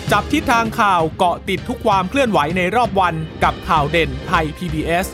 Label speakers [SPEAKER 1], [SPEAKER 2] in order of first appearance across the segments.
[SPEAKER 1] จับทิศทางข่าวเกาะติดทุกความเคลื่อนไหวในรอบวันกับข่าวเด่นไทย PBS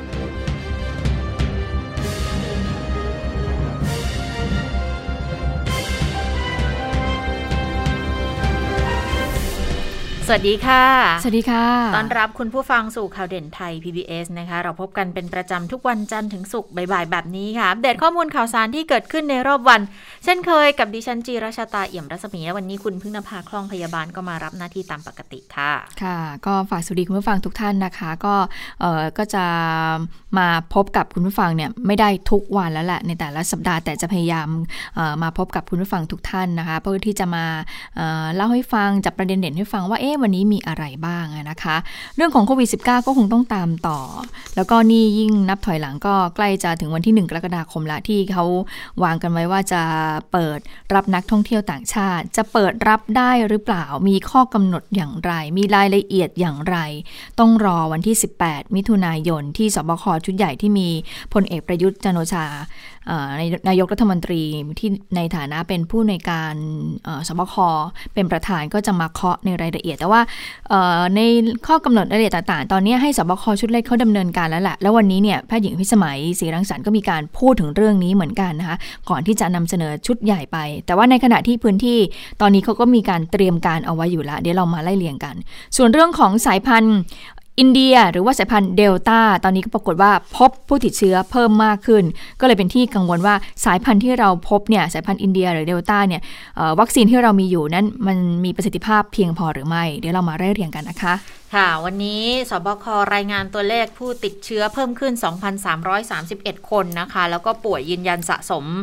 [SPEAKER 2] สวัสดีค่ะ
[SPEAKER 3] สวัสดีค่ะ
[SPEAKER 2] ต้อนรับคุณผู้ฟังสู่ข่าวเด่นไทย PBS นะคะเราพบกันเป็นประจำทุกวันจันทร์ถึงศุกร์บ่ายๆแบบนี้ค่ะอัปเดตข้อมูลข่าวสารที่เกิดขึ้นในรอบวันเช่นเคยกับดิฉันจีราชาตาเอี่ยมรัศมีและวันนี้คุณพึ่งนภาคล่องพยาบาลก็มารับหน้าที่ตามปกติค่ะ
[SPEAKER 3] ค่ะก็ฝากสวัสดีคุณผู้ฟังทุกท่านนะคะก็จะมาพบกับคุณผู้ฟังเนี่ยไม่ได้ทุกวันแล้วแหละในแต่ละสัปดาห์แต่จะพยายามมาพบกับคุณผู้ฟังทุกท่านนะคะเพื่อที่จะมาเล่าให้ฟังจับประเด็นเด่นให้ฟังว่าวันนี้มีอะไรบ้างนะคะเรื่องของโควิด -19 ก็คงต้องตามต่อแล้วก็นี่ยิ่งนับถอยหลังก็ใกล้จะถึงวันที่1กรกฎาคมละที่เขาวางกันไว้ว่าจะเปิดรับนักท่องเที่ยวต่างชาติจะเปิดรับได้หรือเปล่ามีข้อกำหนดอย่างไรมีรายละเอียดอย่างไรต้องรอวันที่18มิถุนายนที่สบคชุดใหญ่ที่มีพลเอกประยุทธ์จันทร์โอชานายกรัฐมนตรีที่ในฐานะเป็นผู้ในการสบคเป็นประธานก็จะมาเคาะในรายละเอียดแต่ว่าในข้อกำหนดรายละเอียดต่างๆตอนนี้ให้สบคชุดเล็กเขาดำเนินการแล้วแหละแล้ววันนี้เนี่ยแพทย์หญิงพิสมัยศรีรังสรรค์ก็มีการพูดถึงเรื่องนี้เหมือนกันนะคะก่อนที่จะนำเสนอชุดใหญ่ไปแต่ว่าในขณะที่พื้นที่ตอนนี้เขาก็มีการเตรียมการเอาไว้อยู่แล้วเดี๋ยวเรามาไล่เรียงกันส่วนเรื่องของสายพันธุ์อินเดียหรือว่าสายพันธุ์เดลต้าตอนนี้ก็ปรากฏว่าพบผู้ติดเชื้อเพิ่มมากขึ้นก็เลยเป็นที่กังวลว่าสายพันธุ์ที่เราพบเนี่ยสายพันธุ์อินเดียหรือเดลต้าเนี่ยวัคซีนที่เรามีอยู่นั้นมันมีประสิทธิภาพเพียงพอหรือไม่เดี๋ยวเรามาไล่เรียงกันนะคะ
[SPEAKER 2] ค่ะวันนี้สบครายงานตัวเลขผู้ติดเชื้อเพิ่มขึ้น 2,331 คนนะคะแล้วก็ป่วยยืนยันสะสม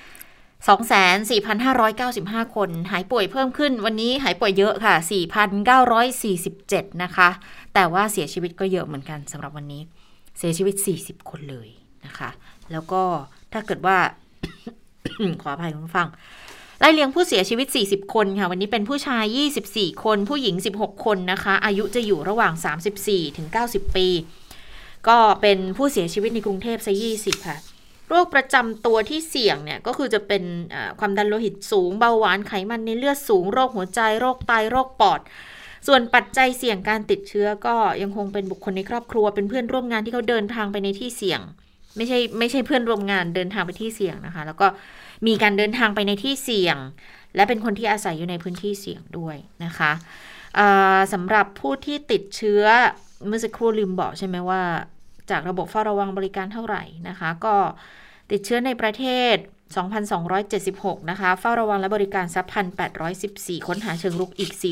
[SPEAKER 2] 24,595 คนหายป่วยเพิ่มขึ้นวันนี้หายป่วยเยอะค่ะ 4,947 นะคะแต่ว่าเสียชีวิตก็เยอะเหมือนกันสำหรับวันนี้เสียชีวิต40คนเลยนะคะแล้วก็ถ้าเกิดว่า ขออภัยคุณผู้ฟังไล่เลียงผู้เสียชีวิต40คนค่ะวันนี้เป็นผู้ชาย24คนผู้หญิง16คนนะคะอายุจะอยู่ระหว่าง34ถึง90ปีก็เป็นผู้เสียชีวิตในกรุงเทพซะ20ค่ะโรคประจำตัวที่เสี่ยงเนี่ยก็คือจะเป็นความดันโลหิตสูงเบาหวานไขมันในเลือดสูงโรคหัวใจโรคไตโรคปอดส่วนปัจจัยเสี่ยงการติดเชื้อก็ยังคงเป็นบุคคลในครอบครัวเป็นเพื่อนร่วมงานที่เขาเดินทางไปในที่เสี่ยงไม่ใช่เพื่อนร่วมงานเดินทางไปที่เสี่ยงนะคะแล้วก็มีการเดินทางไปในที่เสี่ยงและเป็นคนที่อาศัยอยู่ในพื้นที่เสี่ยงด้วยนะคะสำหรับผู้ที่ติดเชื้อเมื่อสักครู่ลืมบอกใช่ไหมว่าจากระบบเฝ้าระวังบริการเท่าไหร่นะคะก็ติดเชื้อในประเทศ 2,276 นะคะเฝ้าระวังและบริการ 1,814 ค้นหาเชิงรุกอีก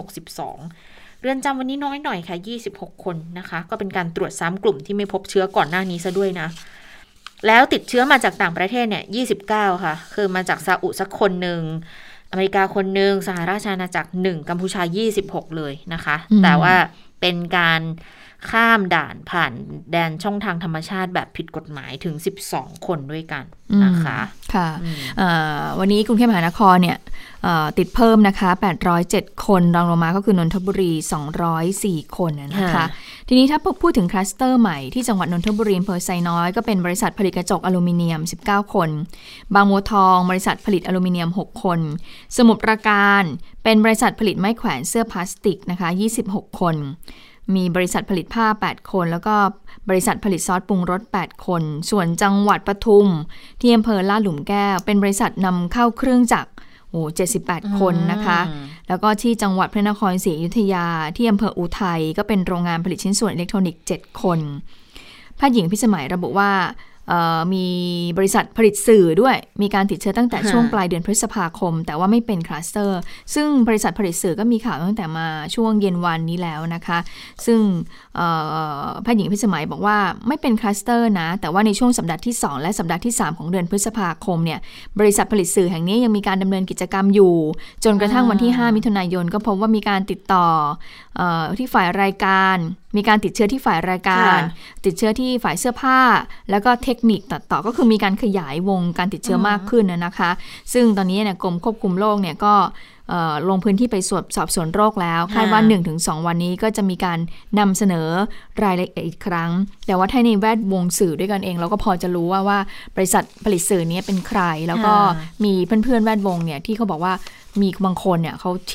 [SPEAKER 2] 462เรือนจำวันนี้น้อยหน่อยค่ะ26คนนะคะก็เป็นการตรวจซ้ำกลุ่มที่ไม่พบเชื้อก่อนหน้านี้ซะด้วยนะแล้วติดเชื้อมาจากต่างประเทศเนี่ย29ค่ะคือมาจากซาอุสักคนหนึ่งอเมริกาคนหนึ่งสหราชอาณาจักร1กัมพูชา26เลยนะคะแต่ว่าเป็นการข้ามด่านผ่านแดนช่องทางธรรมชาติแบบผิดกฎหมายถึง12คนด้วยกันนะคะ
[SPEAKER 3] ค่ะวันนี้กรุงเทพมหานครเนี่ยติดเพิ่มนะคะ807คนรองลงมาก็คือนนทบุรี204คนนะคะทีนี้ถ้าพูดถึงคลัสเตอร์ใหม่ที่จังหวัดนนทบุรีอำเภอไซน้อยก็เป็นบริษัทผลิตกระจกอลูมิเนียม19คนบางบัวทองบริษัทผลิตอลูมิเนียม6คนสมุทรปราการเป็นบริษัทผลิตไม้แขวนเสื้อพลาสติกนะคะ26คนมีบริษัทผลิตผ้า8คนแล้วก็บริษัทผลิตซอสปรุงรส8คนส่วนจังหวัดปทุมที่อำเภอลาดหลุมแก้วเป็นบริษัทนำเข้าเครื่องจักร78คนนะคะแล้วก็ที่จังหวัดพระนครศรีอยุธยาที่อำเภออุทัยก็เป็นโรงงานผลิตชิ้นส่วนอิเล็กทรอนิกส์7คนแพทย์หญิงพิสมัยระบุว่ามีบริษัทผลิตสื่อด้วยมีการติดเชื้อตั้งแต่ช่วงปลายเดือนพฤษภาคมแต่ว่าไม่เป็นคลัสเตอร์ซึ่งบริษัทผลิตสื่อก็มีข่าวตั้งแต่มาช่วงเย็นวันนี้แล้วนะคะซึ่งแพทย์หญิงพิสมัยบอกว่าไม่เป็นคลัสเตอร์นะแต่ว่าในช่วงสัปดาห์ที่2และสัปดาห์ที่3ของเดือนพฤษภาคมเนี่ยบริษัทผลิตสื่อแห่งนี้ยังมีการดำเนินกิจกรรมอยู่จนกระทั่งวันที่5มิถุนายนก็พบว่ามีการติดต่อที่ฝ่ายรายการมีการติดเชื้อที่ฝ่ายรายการติดเชื้อที่ฝ่ายเสื้อผ้าแล้วก็เทคนิคตัดต่อก็คือมีการขยายวงการติดเชื้อมากขึ้นนะคะซึ่งตอนนี้เนี่ยกรมควบคุมโรคเนี่ยก็ลงพื้นที่ไปสอบสวนโรคแล้วคาดว่า 1-2 วันนี้ก็จะมีการนำเสนอรายละเอียดอีกครั้งแต่ว่าถ้าในแวดวงสื่อด้วยกันเองเราก็พอจะรู้ว่าบริษัทผลิตสื่อนี้เป็นใครแล้วก็มีเพื่อนๆแวดวงเนี่ยที่เขาบอกว่ามีบางคนเนี่ยเขาฉีด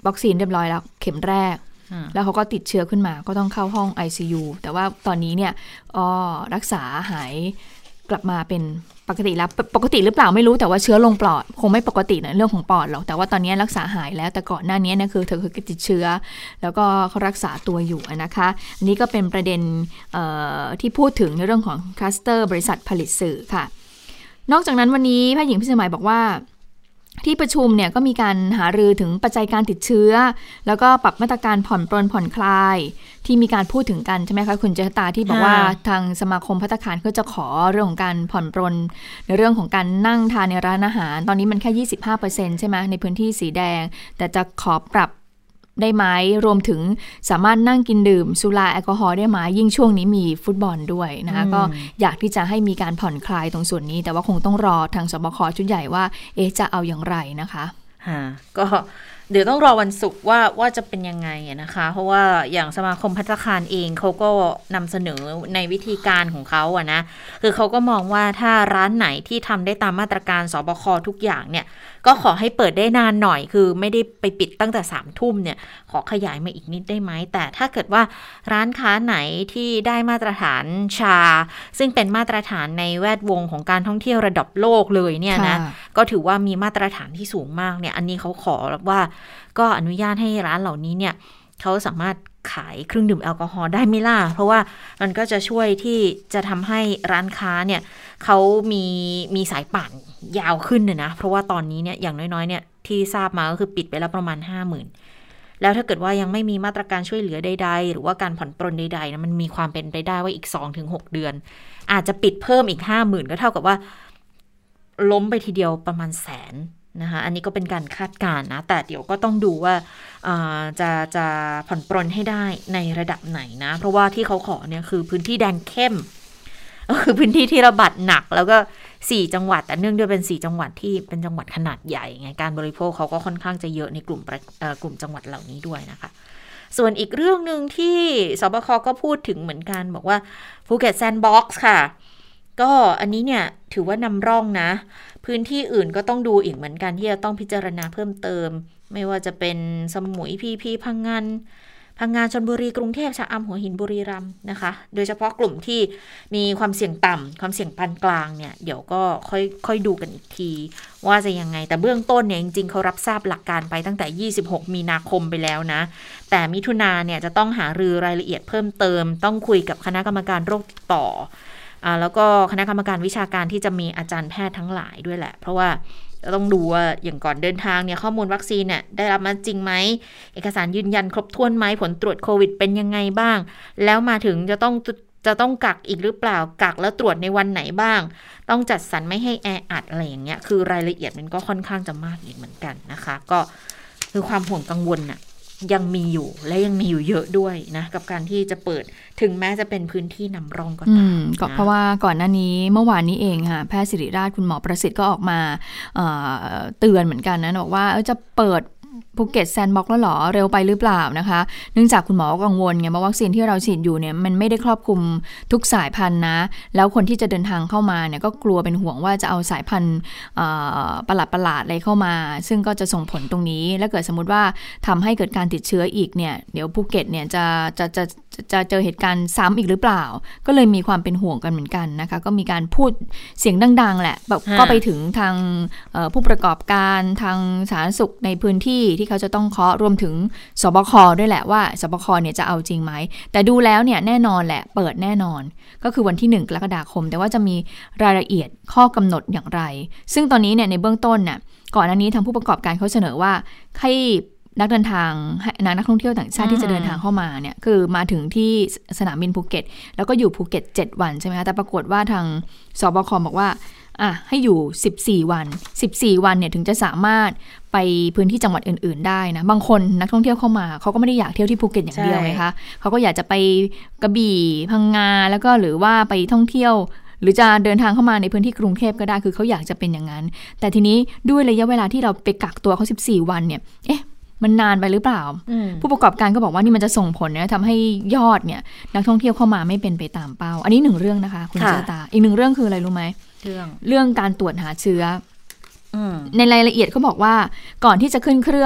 [SPEAKER 3] วัคซีนเรียบร้อยแล้วเข็มแรกแล้วเขาก็ติดเชื้อขึ้นมาก็ต้องเข้าห้อง ICU แต่ว่าตอนนี้เนี่ยรักษาหายกลับมาเป็นปกติแล้วปกติหรือเปล่าไม่รู้แต่ว่าเชื้อลงปอดคงไม่ปกติในเรื่องของปอดหรอกแต่ว่าตอนนี้รักษาหายแล้วแต่ก่อนหน้านี้เนี่ยคือเธอเคยติดเชื้อแล้วก็เขารักษาตัวอยู่นะคะอันนี้ก็เป็นประเด็นที่พูดถึงในเรื่องของคลัสเตอร์บริษัทผลิตสื่อค่ะนอกจากนั้นวันนี้แพทย์หญิงพิสมัยบอกว่าที่ประชุมเนี่ยก็มีการหารือถึงปัจจัยการติดเชื้อแล้วก็ปรับมาตรการผ่อนปรนผ่อนคลายที่มีการพูดถึงกันใช่ไหมคะคุณเจษตาที่บอกว่าทางสมาคมภัตตาคารก็จะขอเรื่องของการผ่อนปรนในเรื่องของการนั่งทานในร้านอาหารตอนนี้มันแค่ 25% ใช่ไหมในพื้นที่สีแดงแต่จะขอปรับได้ไหมรวมถึงสามารถนั่งกินดื่มสุราแอลกอฮอล์ได้ไหมยิ่งช่วงนี้มีฟุตบอลด้วยนะคะก็อยากที่จะให้มีการผ่อนคลายตรงส่วนนี้แต่ว่าคงต้องรอทางสบคชุดใหญ่ว่าจะเอาอย่างไรนะคะ
[SPEAKER 2] ก็เดี๋ยวต้องรอวันศุกร์ว่าจะเป็นยังไงนะคะเพราะว่าอย่างสมาคมภัตตาคารเองเขาก็นำเสนอในวิธีการของเขานะคือเขาก็มองว่าถ้าร้านไหนที่ทำได้ตามมาตรการสบคทุกอย่างเนี่ยก็ขอให้เปิดได้นานหน่อยคือไม่ได้ไปปิดตั้งแต่3 ทุ่มเนี่ยขอขยายมาอีกนิดได้ไหมแต่ถ้าเกิดว่าร้านค้าไหนที่ได้มาตรฐานชาซึ่งเป็นมาตรฐานในแวดวงของการท่องเที่ยวระดับโลกเลยเนี่ยนะก็ถือว่ามีมาตรฐานที่สูงมากเนี่ยอันนี้เขาขอว่าก็อนุญาตให้ร้านเหล่านี้เนี่ยเขาสามารถขายเครื่องดื่มแอลกอฮอล์ได้ไหมล่ะเพราะว่ามันก็จะช่วยที่จะทำให้ร้านค้าเนี่ยเขามีสายป่านยาวขึ้นนะเพราะว่าตอนนี้เนี่ยอย่างน้อยๆเนี่ยที่ทราบมาก็คือปิดไปแล้วประมาณ 50,000 แล้วถ้าเกิดว่ายังไม่มีมาตรการช่วยเหลือใดๆหรือว่าการผ่อนปรนใดๆนะมันมีความเป็นไปได้ว่าอีก 2-6 เดือนอาจจะปิดเพิ่มอีก 50,000 ก็เท่ากับว่าล้มไปทีเดียวประมาณ100,000นะคะอันนี้ก็เป็นการคาดการณ์นะแต่เดี๋ยวก็ต้องดูว่าจะผ่อนปรนให้ได้ในระดับไหนนะเพราะว่าที่เขาขอเนี่ยคือพื้นที่แดงเข้มก็คือพื้นที่ที่ระบาดหนักแล้วก็4 จังหวัดแต่เนื่องด้วยเป็น4 จังหวัดที่เป็นจังหวัดขนาดใหญ่ไงการบริโภคเขาก็ค่อนข้างจะเยอะในกลุ่มจังหวัดเหล่านี้ด้วยนะคะส่วนอีกเรื่องนึงที่สบคก็พูดถึงเหมือนกันบอกว่าภูเก็ตแซนด์บ็อกซ์ค่ะก็อันนี้เนี่ยถือว่านำร่องนะพื้นที่อื่นก็ต้องดูอีกเหมือนกันที่จะต้องพิจารณาเพิ่มเติมไม่ว่าจะเป็นสมุยพีพังงานชลบุรีกรุงเทพชะอำหัวหินบุรีรัมย์นะคะโดยเฉพาะกลุ่มที่มีความเสี่ยงต่ำความเสี่ยงปานกลางเนี่ยเดี๋ยวก็ค่อยดูกันอีกทีว่าจะยังไงแต่เบื้องต้นเนี่ยจริงๆเขารับทราบหลักการไปตั้งแต่26 มีนาคมไปแล้วนะแต่มิถุนาเนี่ยจะต้องหารือรายละเอียดเพิ่มเติมต้องคุยกับคณะกรรมการโรคติดต่อแล้วก็คณะกรรมการวิชาการที่จะมีอาจารย์แพทย์ทั้งหลายด้วยแหละเพราะว่าต้องดูว่าอย่างก่อนเดินทางเนี่ยข้อมูลวัคซีนเนี่ยได้รับมาจริงไหมเอกสารยืนยันครบถ้วนไหมผลตรวจโควิดเป็นยังไงบ้างแล้วมาถึงจะต้องกักอีกหรือเปล่ากักแล้วตรวจในวันไหนบ้างต้องจัดสรรไม่ให้แออัดอะไรอย่างเงี้ยคือรายละเอียดมันก็ค่อนข้างจะมากอีกเหมือนกันนะคะก็คือความห่วงกังวลน่ะยังมีอยู่และยังมีอยู่เยอะด้วยนะกับการที่จะเปิดถึงแม้จะเป็นพื้นที่นำร่องก็ตาม
[SPEAKER 3] ก็เพราะว่าก่อนหน้านี้เมื่อวานนี้เองค่ะแพทย์ศิริราชคุณหมอประสิทธิ์ก็ออกมาเตือนเหมือนกันนะบอกว่าจะเปิดภูเก็ตแซนด์บ็อกซ์แล้วหรอเร็วไปหรือเปล่านะคะเนื่องจากคุณหมอกังวลไงว่าวัคซีนที่เราฉีดอยู่เนี่ยมันไม่ได้ครอบคลุมทุกสายพันธุ์นะแล้วคนที่จะเดินทางเข้ามาเนี่ยก็กลัวเป็นห่วงว่าจะเอาสายพันธุ์ประหลาดอะไรเข้ามาซึ่งก็จะส่งผลตรงนี้และเกิดสมมติว่าทำให้เกิดการติดเชื้ออีกเนี่ยเดี๋ยวภูเก็ตเนี่ยจะเจอเหตุการณ์ซ้ำอีกหรือเปล่าก็เลยมีความเป็นห่วงกันเหมือนกันนะคะก็มีการพูดเสียงดังๆแหละก็ไปถึงทางผู้ประกอบการทางสาธารณสุขในพื้นที่ที่เขาจะต้องเคาะรวมถึงสบคด้วยแหละว่าสบคเนี่ยจะเอาจริงไหมแต่ดูแล้วเนี่ยแน่นอนแหละเปิดแน่นอนก็คือวันที่1 กรกฎาคมแต่ว่าจะมีรายละเอียดข้อกำหนดอย่างไรซึ่งตอนนี้เนี่ยในเบื้องต้นน่ะก่อนหน้านี้ทางผู้ประกอบการเขาเสนอว่าให้นักเดินทางนักท่องเที่ยวต่างชาติที่จะเดินทางเข้ามาเนี่ยคือมาถึงที่สนามบินภูเก็ตแล้วก็อยู่ภูเก็ต7 วันใช่ไหมคะแต่ปรากฏว่าทางสบคบอกว่าให้อยู่14 วันเนี่ยถึงจะสามารถไปพื้นที่จังหวัดอื่นๆได้นะบางคนนักท่องเที่ยวเข้ามาเขาก็ไม่ได้อยากเที่ยวที่ภูเก็ตอย่างเดียวไงคะเขาก็อยากจะไปกระบี่พังงาแล้วก็หรือว่าไปท่องเที่ยวหรือจะเดินทางเข้ามาในพื้นที่กรุงเทพก็ได้คือเขาอยากจะเป็นอย่างนั้นแต่ทีนี้ด้วยระยะเวลาที่เราไปกักตัวเขา14 วันเนี่ยมันนานไปหรือเปล่าผู้ประกอบการก็บอกว่านี่มันจะส่งผลนะทำให้ยอดเนี่ยนักท่องเที่ยวเข้ามาไม่เป็นไปตามเป้าอันนี้1 เรื่องนะคะคุณเจตาอีก1 เรื่องคืออะไรรู้ไหมเรื่องการตรวจหาเชื้อในรายละเอียดเขาบอกว่าก่อนที่จะขึ้นเครื่อง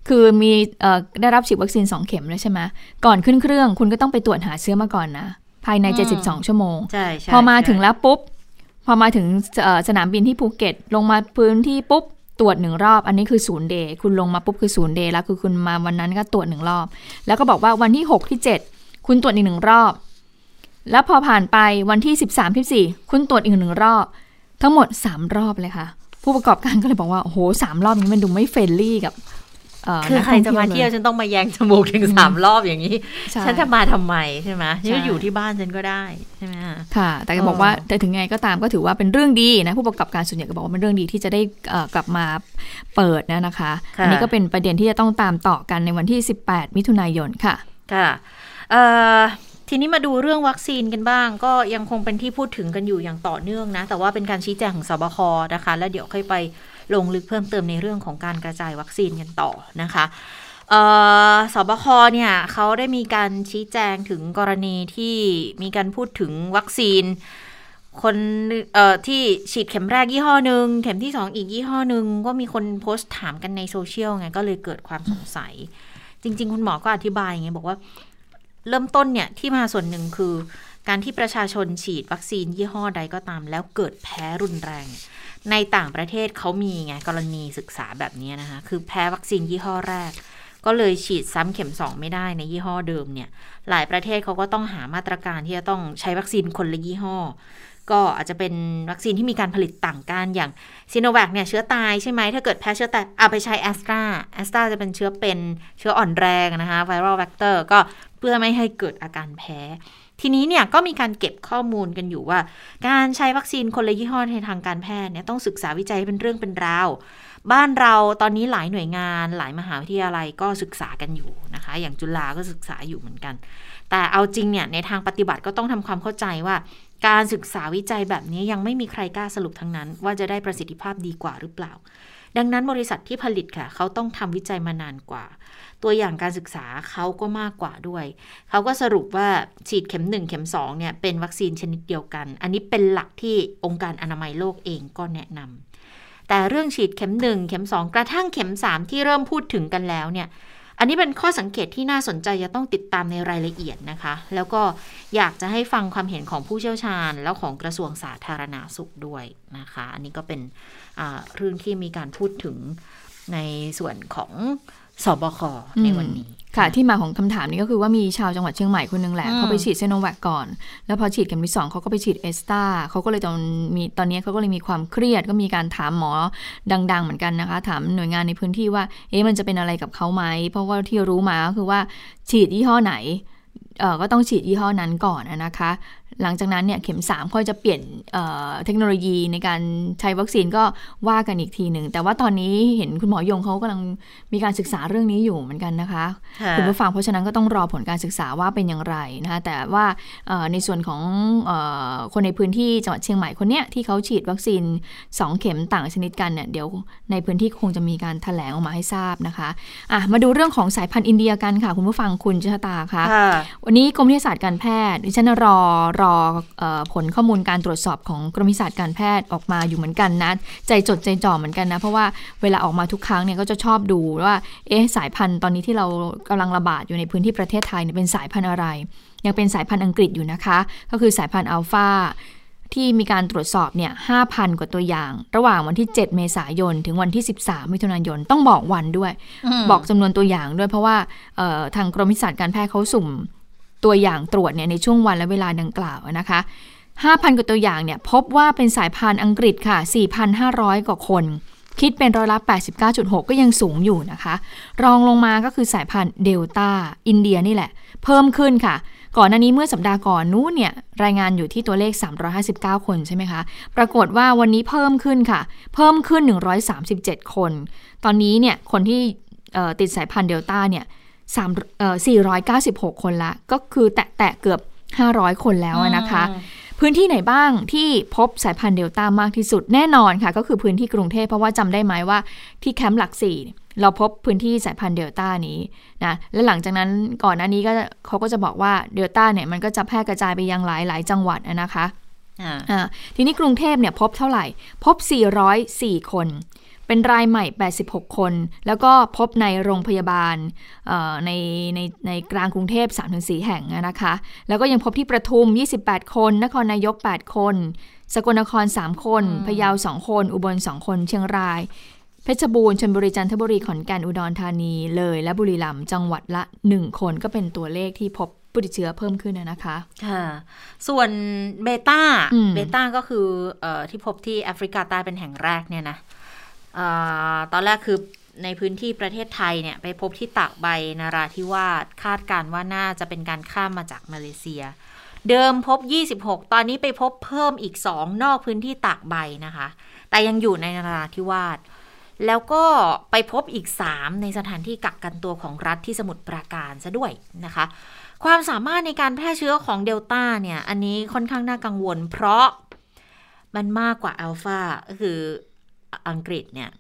[SPEAKER 3] คือมีได้รับฉีดวัคซีน2เข็มแล้วใช่ไหมก่อนขึ้นเครื่องคุณก็ต้องไปตรวจหาเชื้อมาก่อนนะภายใน72ชั่วโมงพอมาถึงแล้วปุ๊บพอมาถึงสนามบินที่ภูเก็ตลงมาพื้นที่ปุ๊บตรวจ1รอบอันนี้คือ0 day คุณลงมาปุ๊บคือ0 day แล้วคือคุณมาวันนั้นก็ตรวจ1รอบแล้วก็บอกว่าวันที่6ที่7คุณตรวจอีก1รอบแล้วพอผ่านไปวันที่13ที่4คุณตรวจอีก1รอบทั้งหมด3รอบเลยค่ะผู้ประกอบการก็เลยบอกว่าโอ้โห3รอบนี้มันดูไม่เฟรนลี่กับ
[SPEAKER 2] คือใครจะมาเที่ยวฉันต้องมาแยงจมูกถึง3รอบอย่างนี้ฉันจะมาทำไมใช่ไหมฉันอยู่ที่บ้านฉันก็ได้ใช่ไหม
[SPEAKER 3] ค่ะแต่ก็บอกว่าแต่ถึงไงก็ตามก็ถือว่าเป็นเรื่องดีนะผู้ประกอบการส่วนใหญ่ก็บอกว่าเป็นเรื่องดีที่จะได้กลับมาเปิดนะคะอันนี้ก็เป็นประเด็นที่จะต้องตามต่อกันในวันที่18มิถุนายนค่ะ
[SPEAKER 2] ค่ะทีนี้มาดูเรื่องวัคซีนกันบ้างก็ยังคงเป็นที่พูดถึงกันอยู่อย่างต่อเนื่องนะแต่ว่าเป็นการชี้แจงของสบคนะคะแล้วเดี๋ยวค่อยไปลงลึกเพิ่มเติมในเรื่องของการกระจายวัคซีนกันต่อนะคะสบคเนี่ยเขาได้มีการชี้แจงถึงกรณีที่มีการพูดถึงวัคซีนคนที่ฉีดเข็มแรกยี่ห้อนึงเข็มที่2อีกยี่ห้อนึงก็มีคนโพสต์ถามกันในโซเชียลไงก็เลยเกิดความสงสัยจริงๆคุณหมอก็อธิบายไงบอกว่าเริ่มต้นเนี่ยที่มาส่วนหนึ่งคือการที่ประชาชนฉีดวัคซีนยี่ห้อใดก็ตามแล้วเกิดแพ้รุนแรงในต่างประเทศเขามีไงกรณีศึกษาแบบนี้นะคะคือแพ้วัคซีนยี่ห้อแรกก็เลยฉีดซ้ำเข็ม2ไม่ได้ในยี่ห้อเดิมเนี่ยหลายประเทศเขาก็ต้องหามาตรการที่จะต้องใช้วัคซีนคนละยี่ห้อก็อาจจะเป็นวัคซีนที่มีการผลิตต่างกันอย่างซิโนแวคเนี่ยเชื้อตายใช่ไหมถ้าเกิดแพ้เชื้อตายเอาไปใช้แอสตราจะเป็นเชื้ออ่อนแรงนะคะไวรัลแวคเตอร์ก็เพื่อไม่ให้เกิดอาการแพ้ทีนี้เนี่ยก็มีการเก็บข้อมูลกันอยู่ว่าการใช้วัคซีนคนละยี่ห้อในทางการแพทย์เนี่ยต้องศึกษาวิจัยเป็นเรื่องเป็นราวบ้านเราตอนนี้หลายหน่วยงานหลายมหาวิทยาลัยก็ศึกษากันอยู่นะคะอย่างจุฬาก็ศึกษาอยู่เหมือนกันแต่เอาจริงเนี่ยในทางปฏิบัติก็ต้องทำความเข้าใจว่าการศึกษาวิจัยแบบนี้ยังไม่มีใครกล้าสรุปทั้งนั้นว่าจะได้ประสิทธิภาพดีกว่าหรือเปล่าดังนั้นบริษัทที่ผลิตค่ะเขาต้องทำวิจัยมานานกว่าตัวอย่างการศึกษาเขาก็มากกว่าด้วยเขาก็สรุปว่าฉีดเข็ม1เข็ม2เนี่ยเป็นวัคซีนชนิดเดียวกันอันนี้เป็นหลักที่องค์การอนามัยโลกเองก็แนะนำแต่เรื่องฉีดเข็ม1เข็ม2กระทั่งเข็ม3ที่เริ่มพูดถึงกันแล้วเนี่ยอันนี้เป็นข้อสังเกตที่น่าสนใจจะต้องติดตามในรายละเอียดนะคะแล้วก็อยากจะให้ฟังความเห็นของผู้เชี่ยวชาญแล้วของกระทรวงสาธารณสุขด้วยนะคะอันนี้ก็เป็นเรื่องที่มีการพูดถึงในส่วนของสบคในวันนี้
[SPEAKER 3] ค่ะที่มาของคำถามนี้ก็คือว่ามีชาวจังหวัดเชียงใหม่คนนึงแหละเขาไปฉีดซิโนแวคก่อนแล้วพอฉีดเข็มที่2เขาก็ไปฉีดแอสตราเขาก็เลยตอนนี้เขาก็เลยมีความเครียดก็มีการถามหมอดังๆเหมือนกันนะคะถามหน่วยงานในพื้นที่ว่ามันจะเป็นอะไรกับเขาไหมเพราะว่าที่รู้มาก็คือว่าฉีดยี่ห้อไหนก็ต้องฉีดยี่ห้อนั้นก่อนนะคะหลังจากนั้นเนี่ยเข็ม3ค่อยจะเปลี่ยนเทคโนโลยีในการใช้วัคซีนก็ว่ากันอีกทีหนึ่งแต่ว่าตอนนี้เห็นคุณหมอยงเขากำลังมีการศึกษาเรื่องนี้อยู่เหมือนกันนะคะคุณผู้ฟังเพราะฉะนั้นก็ต้องรอผลการศึกษาว่าเป็นอย่างไรนะคะแต่ว่าในส่วนของคนในพื้นที่จังหวัดเชียงใหม่คนเนี้ยที่เขาฉีดวัคซีน2เข็มต่างชนิดกันเนี่ยเดี๋ยวในพื้นที่คงจะมีการแถลงออกมาให้ทราบนะคะมาดูเรื่องของสายพันธุ์อินเดียกันค่ะคุณผู้ฟังคุณชะตาค่ะวันนี้กรมวิทยาศาสตร์การแพทย์ดิฉันรอผลข้อมูลการตรวจสอบของกรมวิทยาศาสตร์การแพทย์ออกมาอยู่เหมือนกันนะใจจดใจจ่อเหมือนกันนะเพราะว่าเวลาออกมาทุกครั้งเนี่ยก็จะชอบดูว่าสายพันธุ์ตอนนี้ที่เรากำลังระบาดอยู่ในพื้นที่ประเทศไทยเนี่ยเป็นสายพันธุ์อะไรยังเป็นสายพันธุ์อังกฤษอยู่นะคะก็คือสายพันธุ์อัลฟาที่มีการตรวจสอบเนี่ย 5,000 กว่าตัวอย่างระหว่างวันที่7เมษายนถึงวันที่13มิถุนายนต้องบอกวันด้วยบอกจำนวนตัวอย่างด้วยเพราะว่าทางกรมวิทยาศาสตร์การแพทย์เขาสุ่มตัวอย่างตรวจเนี่ยในช่วงวันและเวลาดังกล่าวนะคะ 5,000 กว่าตัวอย่างเนี่ยพบว่าเป็นสายพันธุ์อังกฤษค่ะ 4,500 กว่าคนคิดเป็นร้อยละ 89.6 ก็ยังสูงอยู่นะคะรองลงมาก็คือสายพันธุ์เดลต้าอินเดียนี่แหละเพิ่มขึ้นค่ะก่อนหน้านี้เมื่อสัปดาห์ก่อนนู้นเนี่ยรายงานอยู่ที่ตัวเลข359คนใช่ไหมคะปรากฏว่าวันนี้เพิ่มขึ้นค่ะเพิ่มขึ้น137คนตอนนี้เนี่ยคนที่ติดสายพันธุ์เดลต้าเนี่ย496 คนละก็คือแตะเกือบ500คนแล้วนะคะพื้นที่ไหนบ้างที่พบสายพันธุ์เดลต้ามากที่สุดแน่นอนค่ะก็คือพื้นที่กรุงเทพเพราะว่าจำได้ไหมว่าที่แคมป์หลัก4เราพบพื้นที่สายพันธุ์เดลต้านี้นะและหลังจากนั้นก่อนหน้านี้ก็เขาก็จะบอกว่าเดลต้าเนี่ยมันก็จะแพร่กระจายไปยังหลายจังหวัดนะคะทีนี้กรุงเทพเนี่ยพบเท่าไหร่พบ404คนเป็นรายใหม่86คนแล้วก็พบในโรงพยาบาลในกลางกรุงเทพ 3-4 แห่งนะคะแล้วก็ยังพบที่ประทุม28คนนครนายก8คนสกลนคร3คนพะเยา2คนอุบล2คนเชียงรายเพชรบูรณ์ชลบุรีจันทบุรีขอนแก่นอุดรธานีเลยและบุรีรัมย์จังหวัดละ1คนก็เป็นตัวเลขที่พบผู้ติดเชื้อเพิ่มขึ้นนะคะ
[SPEAKER 2] ค่ะส่วนเบต้าก็คือที่พบที่แอฟริกาใต้เป็นแห่งแรกเนี่ยนะตอนแรกคือในพื้นที่ประเทศไทยเนี่ยไปพบที่ตากใบนราธิวาสคาดการว่าน่าจะเป็นการข้ามมาจากมาเลเซียเดิมพบ26ตอนนี้ไปพบเพิ่มอีก2นอกพื้นที่ตากใบนะคะแต่ยังอยู่ในนราธิวาสแล้วก็ไปพบอีก3ในสถานที่กักกันตัวของรัฐที่สมุทรปราการซะด้วยนะคะความสามารถในการแพร่เชื้อของเดลต้าเนี่ยอันนี้ค่อนข้างน่ากังวลเพราะมันมากกว่าอัลฟาก็คืออังกฤษเนี่ย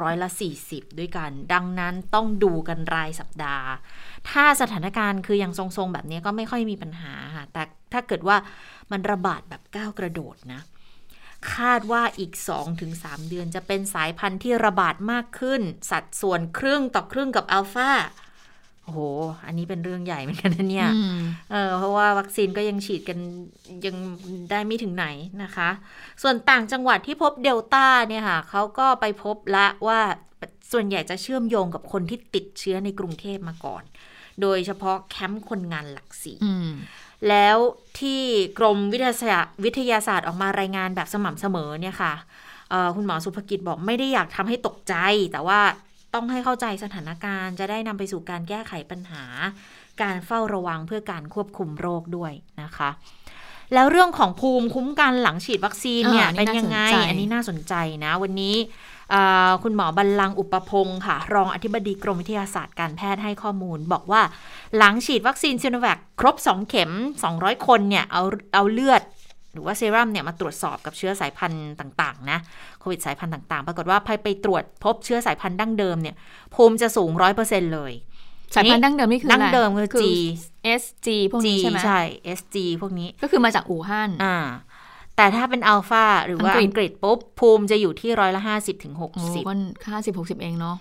[SPEAKER 2] 140ด้วยกันดังนั้นต้องดูกันรายสัปดาห์ถ้าสถานการณ์คือยังทรงๆแบบนี้ก็ไม่ค่อยมีปัญหาค่ะแต่ถ้าเกิดว่ามันระบาดแบบก้าวกระโดดนะคาดว่าอีก 2-3 เดือนจะเป็นสายพันธุ์ที่ระบาดมากขึ้นสัดส่วนครึ่งต่อครึ่งกับอัลฟาโอ้โหอันนี้เป็นเรื่องใหญ่เหมือนกันนะเนี่ยเพราะว่าวัคซีนก็ยังฉีดกันยังได้ไม่ถึงไหนนะคะส่วนต่างจังหวัดที่พบเดลต้าเนี่ยค่ะเขาก็ไปพบละว่าส่วนใหญ่จะเชื่อมโยงกับคนที่ติดเชื้อในกรุงเทพมาก่อนโดยเฉพาะแคมป์คนงานหลักสี่แล้วที่กรมวิทยาศาสตร์ออกมารายงานแบบสม่ำเสมอเนี่ยค่ะคุณหมอสุภกิจบอกไม่ได้อยากทำให้ตกใจแต่ว่าต้องให้เข้าใจสถานการณ์จะได้นำไปสู่การแก้ไขปัญหาการเฝ้าระวังเพื่อการควบคุมโรคด้วยนะคะแล้วเรื่องของภูมิคุ้มกันหลังฉีดวัคซีนเนี่ยเป็นยังไงอันนี้น่าสนใจนะวันนี้คุณหมอบัลลังก์อุปพงศ์ค่ะรองอธิบดีกรมวิทยาศาสตร์การแพทย์ให้ข้อมูลบอกว่าหลังฉีดวัคซีนซิโนแวคครบ2เข็ม200คนเนี่ยเอาเลือดหรือว่าเซรั่มเนี่ยมาตรวจสอบกับเชื้อสายพันธุ์ต่างๆนะโควิดสายพันธุ์ต่างๆปรากฏว่าไปตรวจพบเชื้อสายพันธุ์ดั้งเดิมเนี่ยภูมิจะสูง 100% เลย
[SPEAKER 3] สายพันธุ์ดั้งเดิมนี่คือ
[SPEAKER 2] ดั้งเดิมคือ G
[SPEAKER 3] SG พวกนี้ใช่ไหม
[SPEAKER 2] ใช่ SG พวกนี้
[SPEAKER 3] ก็คือมาจากอู่ฮั่น
[SPEAKER 2] แต่ถ้าเป็นอัลฟาหรือว่าอังกฤษปุ๊บภูมิจะอยู่ที่50-60%
[SPEAKER 3] ก็50-60%เองเนาะ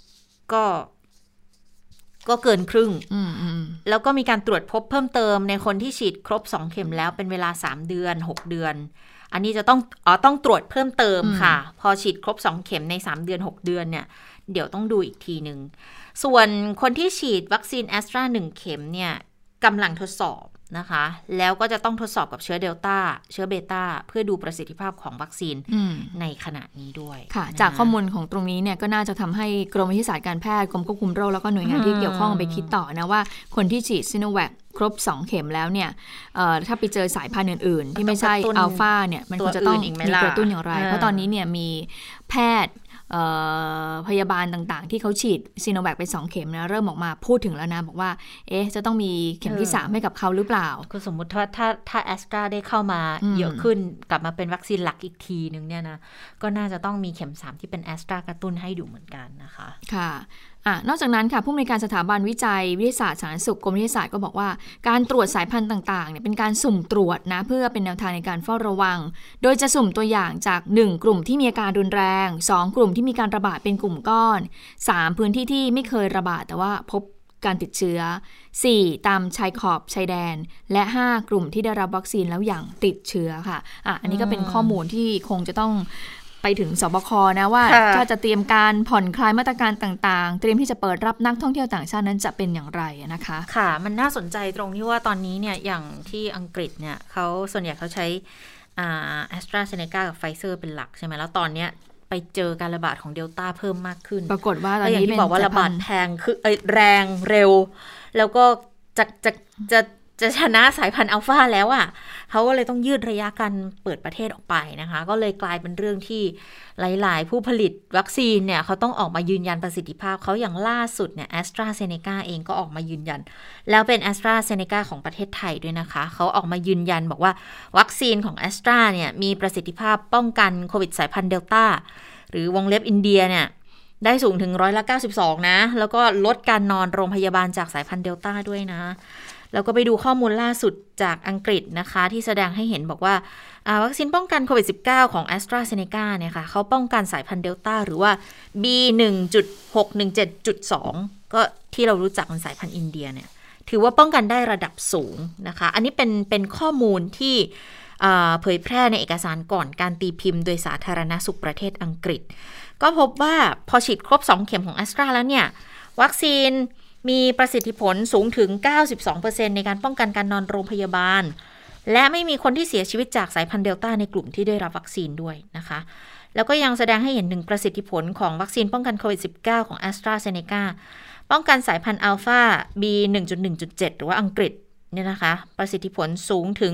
[SPEAKER 2] ก็เกินครึ่งแล้วก็มีการตรวจพบเพิ่มเติมในคนที่ฉีดครบ2เข็มแล้วเป็นเวลา3เดือน6เดือนอันนี้จะต้องตรวจเพิ่มเติมค่ะพอฉีดครบ2เข็มใน3เดือน6เดือนเนี่ยเดี๋ยวต้องดูอีกทีนึงส่วนคนที่ฉีดวัคซีนแอสตรา1เข็มเนี่ยกำลังทดสอบนะคะแล้วก็จะต้องทดสอบกับเชื้อเดลต้าเชื้อเบต้าเพื่อดูประสิทธิภาพของวัคซีนในขณะนี้ด้วย
[SPEAKER 3] ค่ะจากข้อมูลของตรงนี้เนี่ยก็น่าจะทำให้กรมวิทยาศาสตร์การแพทย์กรมควบคุมโรคแล้วก็หน่วยงานที่เกี่ยวข้องไปคิดต่อนะว่าคนที่ฉีดซิโนแวคครบ2เข็มแล้วเนี่ยถ้าไปเจอสายพันธุ์อื่นๆที่ไม่ใช่อัลฟาเนี่ยมันควรจะต้องมีกระตุ้นอย่างไรเพราะตอนนี้เนี่ยมีแพทย์พยาบาลต่างๆที่เขาฉีดซีโนแวคไป2เข็มนะเริ่มออกมาพูดถึงแล้วนะบอกว่าจะต้องมีเข็มที่3ให้กับเขาหรือเปล่า
[SPEAKER 2] ก็สมมุติถ้าแอสตราได้เข้ามาเยอะขึ้นกลับมาเป็นวัคซีนหลักอีกทีนึงเนี่ยนะก็น่าจะต้องมีเข็ม3ที่เป็นแอสตรากระตุ้นให้อยู่เหมือนกันนะคะ
[SPEAKER 3] ค่ะนอกจากนั้นค่ะผู้อำนวยการสถาบันวิจัยวิทยาศาสตร์สาธารณสุขกรมวิทยาศาสตร์ก็บอกว่าการตรวจสายพันธุ์ต่างๆเนี่ยเป็นการสุ่มตรวจนะเพื่อเป็นแนวทางในการเฝ้าระวังโดยจะสุ่มตัวอย่างจาก1กลุ่มที่มีอาการรุนแรง2กลุ่มที่มีการระบาดเป็นกลุ่มก้อน3พื้นที่ที่ไม่เคยระบาดแต่ว่าพบการติดเชื้อ4ตามชายขอบชายแดนและ5กลุ่มที่ได้รับวัคซีนแล้วอย่างติดเชื้อค่ะอันนี้ก็เป็นข้อมูลที่คงจะต้องไปถึงสบคนะว่าถ้าจะเตรียมการผ่อนคลายมาตรการต่างๆเตรียมที่จะเปิดรับนักท่องเที่ยวต่างชาตินั้นจะเป็นอย่างไรนะคะ
[SPEAKER 2] ค่ะมันน่าสนใจตรงที่ว่าตอนนี้เนี่ยอย่างที่อังกฤษเนี่ยเขาส่วนใหญ่เขาใช้แอสตราเซเนกากับไฟเซอร์เป็นหลักใช่ไหมแล้วตอนนี้ไปเจอการระบาดของเดลต้าเพิ่มมากขึ้น
[SPEAKER 3] ปรากฏว่าตอนนี้
[SPEAKER 2] อย่างที่บอกว่าระบาดแพงคือแรงเร็วแล้วก็จะชนะสายพันธุ์อัลฟาแล้วอ่ะเขาก็เลยต้องยืดระยะการเปิดประเทศออกไปนะคะก็เลยกลายเป็นเรื่องที่หลายๆผู้ผลิตวัคซีนเนี่ยเขาต้องออกมายืนยันประสิทธิภาพเขาอย่างล่าสุดเนี่ยแอสตราเซเนกาเองก็ออกมายืนยันแล้วเป็นแอสตราเซเนกาของประเทศไทยด้วยนะคะเขาออกมายืนยันบอกว่าวัคซีนของแอสตราเนี่ยมีประสิทธิภาพป้องกันโควิดสายพันธุ์เดลต้าหรือวงเล็บอินเดียเนี่ยได้สูงถึง192%นะแล้วก็ลดการนอนโรงพยาบาลจากสายพันธุ์เดลต้าด้วยนะแล้วก็ไปดูข้อมูลล่าสุดจากอังกฤษนะคะที่แสดงให้เห็นบอกว่าวัคซีนป้องกันโควิด -19 ของ AstraZeneca เนี่ยค่ะเขาป้องกันสายพันธุ์เดลต้าหรือว่า B1.617.2 ก็ที่เรารู้จักเป็นสายพันธุ์อินเดียเนี่ยถือว่าป้องกันได้ระดับสูงนะคะอันนี้เป็นข้อมูลที่เผยแพร่ในเอกสารก่อนการตีพิมพ์โดยสาธารณสุขประเทศอังกฤษก็พบว่าพอฉีดครบ2เข็มของ Astra แล้วเนี่ยวัคซีนมีประสิทธิผลสูงถึง 92% ในการป้องกันการนอนโรงพยาบาลและไม่มีคนที่เสียชีวิตจากสายพันธุ์เดลต้าในกลุ่มที่ได้รับวัคซีนด้วยนะคะแล้วก็ยังแสดงให้เห็นถึงประสิทธิผลของวัคซีนป้องกันโควิด -19 ของ AstraZeneca ป้องกันสายพันธุ์อัลฟา B1.1.7 หรือว่าอังกฤษเนี่ยนะคะประสิทธิผลสูงถึง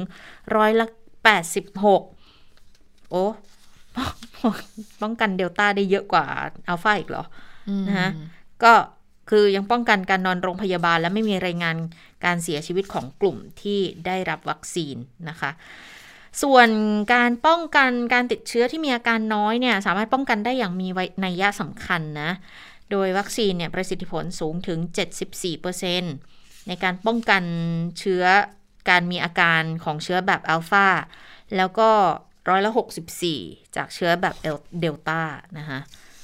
[SPEAKER 2] 86%โอ้ป้องกันเดลต้าได้เยอะกว่าอัลฟาอีกเหรอนะคะก็คือยังป้องกันการนอนโรงพยาบาลและไม่มีรายงานการเสียชีวิตของกลุ่มที่ได้รับวัคซีนนะคะส่วนการป้องกันการติดเชื้อที่มีอาการน้อยเนี่ยสามารถป้องกันได้อย่างมีนัยสำคัญนะโดยวัคซีนเนี่ยประสิทธิผลสูงถึง 74% ในการป้องกันเชื้อการมีอาการของเชื้อแบบอัลฟาแล้วก็64%จากเชื้อแบบเดลต้านะคะ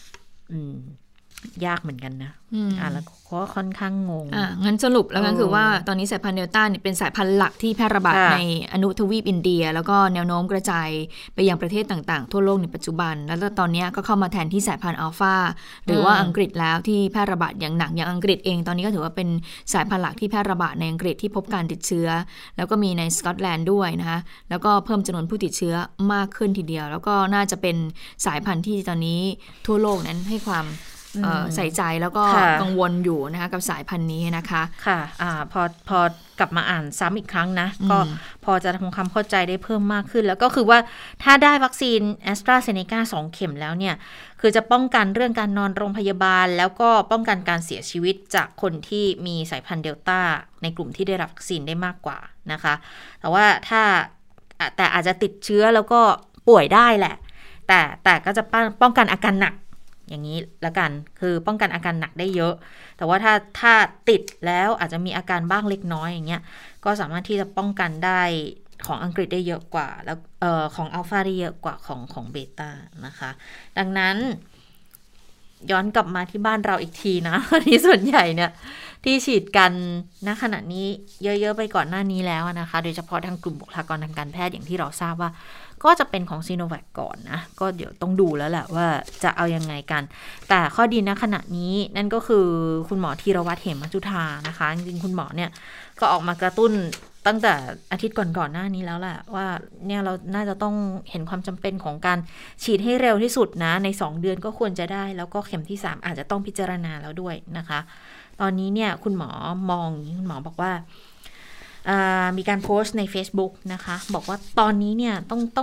[SPEAKER 2] ยากเหมือนกันนะแล้วก็ค่อนข้างงง
[SPEAKER 3] งั้นสรุปแล้วกันคือว่าตอนนี้สายพันธุ์เดลต้าเป็นสายพันธุ์หลักที่แพร่ระบาดในอนุทวีปอินเดียแล้วก็แนวโน้มกระจายไปยังประเทศต่างๆทั่วโลกในปัจจุบันแล้วตอนนี้ก็เข้ามาแทนที่สายพันธุ์อัลฟาหรือว่าอังกฤษแล้วที่แพร่ระบาดอย่างหนักอย่างอังกฤษเองตอนนี้ก็ถือว่าเป็นสายพันธุ์หลักที่แพร่ระบาดในอังกฤษที่พบการติดเชื้อแล้วก็มีในสกอตแลนด์ด้วยนะคะแล้วก็เพิ่มจำนวนผู้ติดเชื้อมากขึ้นทีเดียวแล้วก็น่าจะเป็นสายพันธุ์ที่ตอนนี้ทั่วโลกนั้นให้ความใส่ใจแล้วก็กังวลอยู่นะคะกับสายพันธุ์นี้นะคะ
[SPEAKER 2] ค่ะพอกลับมาอ่านซ้ำอีกครั้งนะก็พอจะทำความเข้าใจได้เพิ่มมากขึ้นแล้วก็คือว่าถ้าได้วัคซีน AstraZeneca 2 เข็มแล้วเนี่ยคือจะป้องกันเรื่องการนอนโรงพยาบาลแล้วก็ป้องกันการเสียชีวิตจากคนที่มีสายพันธุ์เดลต้าในกลุ่มที่ได้รับวัคซีนได้มากกว่านะคะแต่ว่าแต่อาจจะติดเชื้อแล้วก็ป่วยได้แหละแต่ก็จะป้องกันอาการหนักอย่างนี้ละกันคือป้องกันอาการหนักได้เยอะแต่ว่าถ้าติดแล้วอาจจะมีอาการบ้างเล็กน้อยอย่างเงี้ยก็สามารถที่จะป้องกันได้ของอังกฤษได้เยอะกว่าแล้วของอัลฟาได้เยอะกว่าของเบต้านะคะดังนั้นย้อนกลับมาที่บ้านเราอีกทีนะที่ส่วนใหญ่เนี่ยที่ฉีดกันณขณะนี้เยอะๆไปก่อนหน้านี้แล้วนะคะโดยเฉพาะทางกลุ่มบุคลากรทางการแพทย์อย่างที่เราทราบว่าก็จะเป็นของซีโนแวคก่อนนะก็เดี๋ยวต้องดูแล้วแหละว่าจะเอายังไงกันแต่ข้อดีณขณะนี้นั่นก็คือคุณหมอธีรวัฒน์เหมจุฑานะคะจริงๆคุณหมอเนี่ยก็ออกมากระตุ้นตั้งแต่อาทิตย์ก่อนหน้านี้แล้วแหละว่าเนี่ยเราน่าจะต้องเห็นความจำเป็นของการฉีดให้เร็วที่สุดนะใน2 เดือนก็ควรจะได้แล้วก็เข็มที่3อาจจะต้องพิจารณาแล้วด้วยนะคะตอนนี้เนี่ยคุณหมอมองคุณหมอบอกว่ามีการโพสต์ใน Facebook นะคะบอกว่าตอนนี้เนี่ย